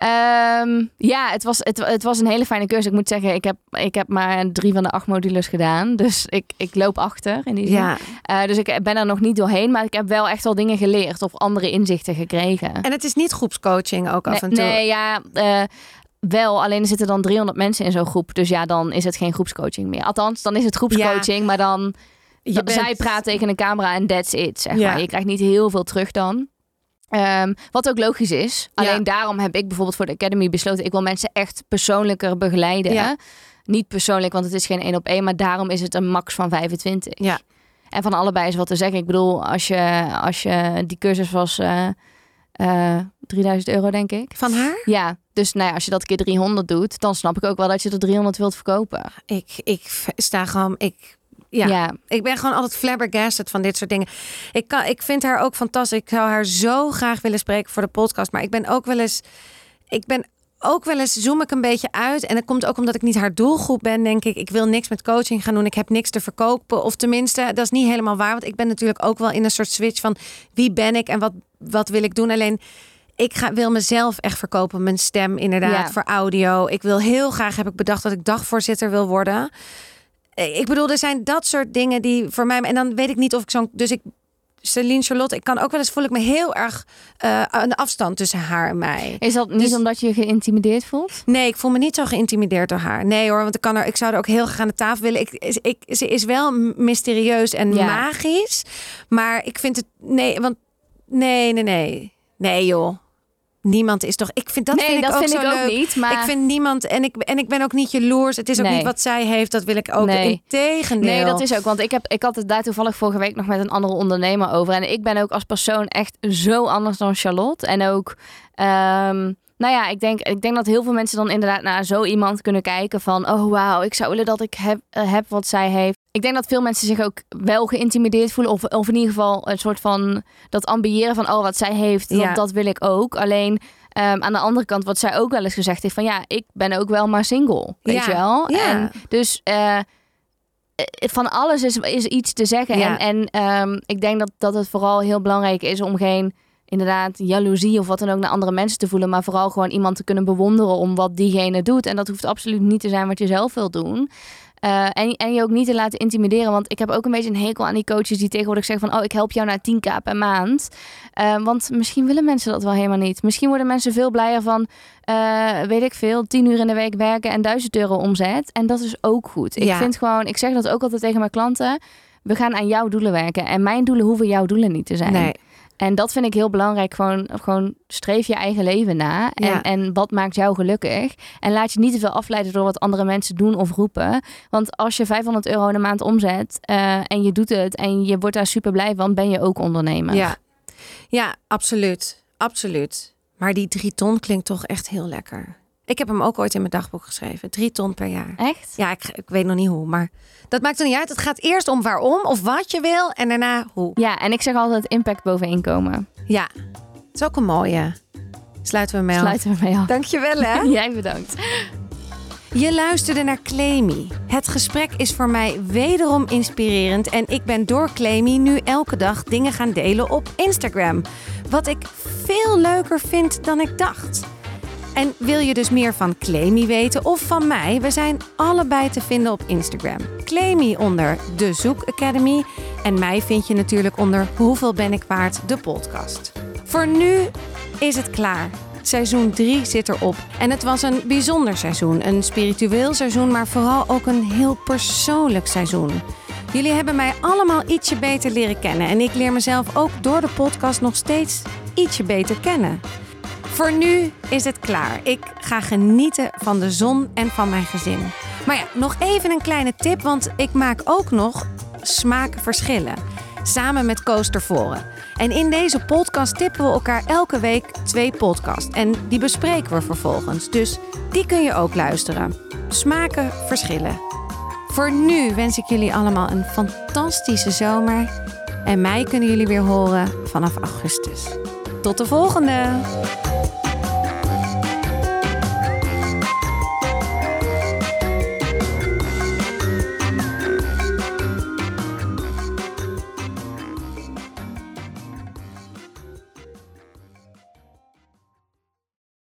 Speaker 1: Het was een hele fijne cursus. Ik moet zeggen, ik heb maar 3 van de 8 modules gedaan. Dus ik loop achter in die zin. Ja. Dus ik ben er nog niet doorheen. Maar ik heb wel echt wel dingen geleerd of andere inzichten gekregen.
Speaker 2: En het is niet groepscoaching ook af en toe?
Speaker 1: Nee, wel. Alleen er zitten dan 300 mensen in zo'n groep. Dus ja, dan is het geen groepscoaching meer. Althans, dan is het groepscoaching. Maar dan zij praat tegen een camera en that's it. Zeg maar. Je krijgt niet heel veel terug dan. Wat ook logisch is. Alleen daarom heb ik bijvoorbeeld voor de Academy besloten, ik wil mensen echt persoonlijker begeleiden. Ja. Niet persoonlijk, want het is geen 1-op-1, maar daarom is het een max van 25. Ja. En van allebei is wat te zeggen. Ik bedoel, als je die cursus was €3000, denk ik.
Speaker 2: Van haar?
Speaker 1: Ja. Dus als je dat keer 300 doet, dan snap ik ook wel dat je er 300 wilt verkopen.
Speaker 2: Ik sta gewoon... Ik ben gewoon altijd flabbergasted van dit soort dingen. Ik vind haar ook fantastisch. Ik zou haar zo graag willen spreken voor de podcast. Maar ik ben ook wel eens zoom ik een beetje uit. En dat komt ook omdat ik niet haar doelgroep ben, denk ik. Ik wil niks met coaching gaan doen. Ik heb niks te verkopen. Of tenminste, dat is niet helemaal waar. Want ik ben natuurlijk ook wel in een soort switch van wie ben ik en wat wil ik doen. Alleen wil mezelf echt verkopen. Mijn stem inderdaad voor audio. Ik wil heel graag, heb ik bedacht, dat ik dagvoorzitter wil worden. Ik bedoel, er zijn dat soort dingen die voor mij... En dan weet ik niet of ik Celine Charlotte, ik kan ook wel eens voel ik me heel erg een afstand tussen haar en mij.
Speaker 1: Is dat niet omdat je je geïntimideerd voelt?
Speaker 2: Nee, ik voel me niet zo geïntimideerd door haar. Nee hoor, want ik zou er ook heel graag aan de tafel willen. Ze is wel mysterieus en magisch. Maar ik vind het... Nee joh. Niemand is toch... Ik vind dat vind ik ook zo leuk. Niet, maar... Ik vind niemand... En ik ben ook niet jaloers. Het is ook niet wat zij heeft. Dat wil ik ook. Integendeel.
Speaker 1: Nee, dat is ook. Want ik had het daar toevallig vorige week nog met een andere ondernemer over. En ik ben ook als persoon echt zo anders dan Charlotte. En ook... ik denk dat heel veel mensen dan inderdaad naar zo iemand kunnen kijken van... Oh, wauw, ik zou willen dat ik heb wat zij heeft. Ik denk dat veel mensen zich ook wel geïntimideerd voelen. Of in ieder geval een soort van dat ambiëren van... Oh, wat zij heeft, dat wil ik ook. Alleen aan de andere kant, wat zij ook wel eens gezegd heeft... van ik ben ook wel maar single, weet je wel? Ja. En dus... van alles is iets te zeggen. Ja. En ik denk dat het vooral heel belangrijk is om geen... inderdaad jaloezie of wat dan ook naar andere mensen te voelen. Maar vooral gewoon iemand te kunnen bewonderen om wat diegene doet. En dat hoeft absoluut niet te zijn wat je zelf wilt doen. En je ook niet te laten intimideren. Want ik heb ook een beetje een hekel aan die coaches die tegenwoordig zeggen van... Oh, ik help jou naar 10.000 per maand. Want misschien willen mensen dat wel helemaal niet. Misschien worden mensen veel blijer van... weet ik veel, 10 uur in de week werken en €1000 omzet. En dat is ook goed. Ik vind gewoon, ik zeg dat ook altijd tegen mijn klanten. We gaan aan jouw doelen werken. En mijn doelen hoeven jouw doelen niet te zijn. Nee. En dat vind ik heel belangrijk. Gewoon streef je eigen leven na. En wat maakt jou gelukkig? En laat je niet te veel afleiden door wat andere mensen doen of roepen. Want als je €500 in de maand omzet en je doet het en je wordt daar super blij van, ben je ook ondernemer.
Speaker 2: Ja, absoluut. Absoluut. Maar die 3 ton klinkt toch echt heel lekker. Ik heb hem ook ooit in mijn dagboek geschreven. 3 ton per jaar.
Speaker 1: Echt?
Speaker 2: Ja, ik weet nog niet hoe, maar dat maakt er niet uit. Het gaat eerst om waarom of wat je wil en daarna hoe.
Speaker 1: Ja, en ik zeg altijd impact boven inkomen.
Speaker 2: Ja, het is ook een mooie. Sluiten we mee af. Dankjewel hè.
Speaker 1: Jij bedankt.
Speaker 2: Je luisterde naar Claimy. Het gesprek is voor mij wederom inspirerend en ik ben door Claimy nu elke dag dingen gaan delen op Instagram. Wat ik veel leuker vind dan ik dacht. En wil je dus meer van Claimy weten of van mij? We zijn allebei te vinden op Instagram. Claimy onder De Zoek Academy. En mij vind je natuurlijk onder Hoeveel ben ik waard, de podcast. Voor nu is het klaar. Seizoen 3 zit erop. En het was een bijzonder seizoen. Een spiritueel seizoen, maar vooral ook een heel persoonlijk seizoen. Jullie hebben mij allemaal ietsje beter leren kennen. En ik leer mezelf ook door de podcast nog steeds ietsje beter kennen. Voor nu is het klaar. Ik ga genieten van de zon en van mijn gezin. Maar ja, nog even een kleine tip, want ik maak ook nog smaakverschillen. samen met Koos Tervoren. En in deze podcast tippen we elkaar elke week 2 podcasts. En die bespreken we vervolgens. Dus die kun je ook luisteren. Smaken verschillen. Voor nu wens ik jullie allemaal een fantastische zomer. En mij kunnen jullie weer horen vanaf augustus. Tot de volgende!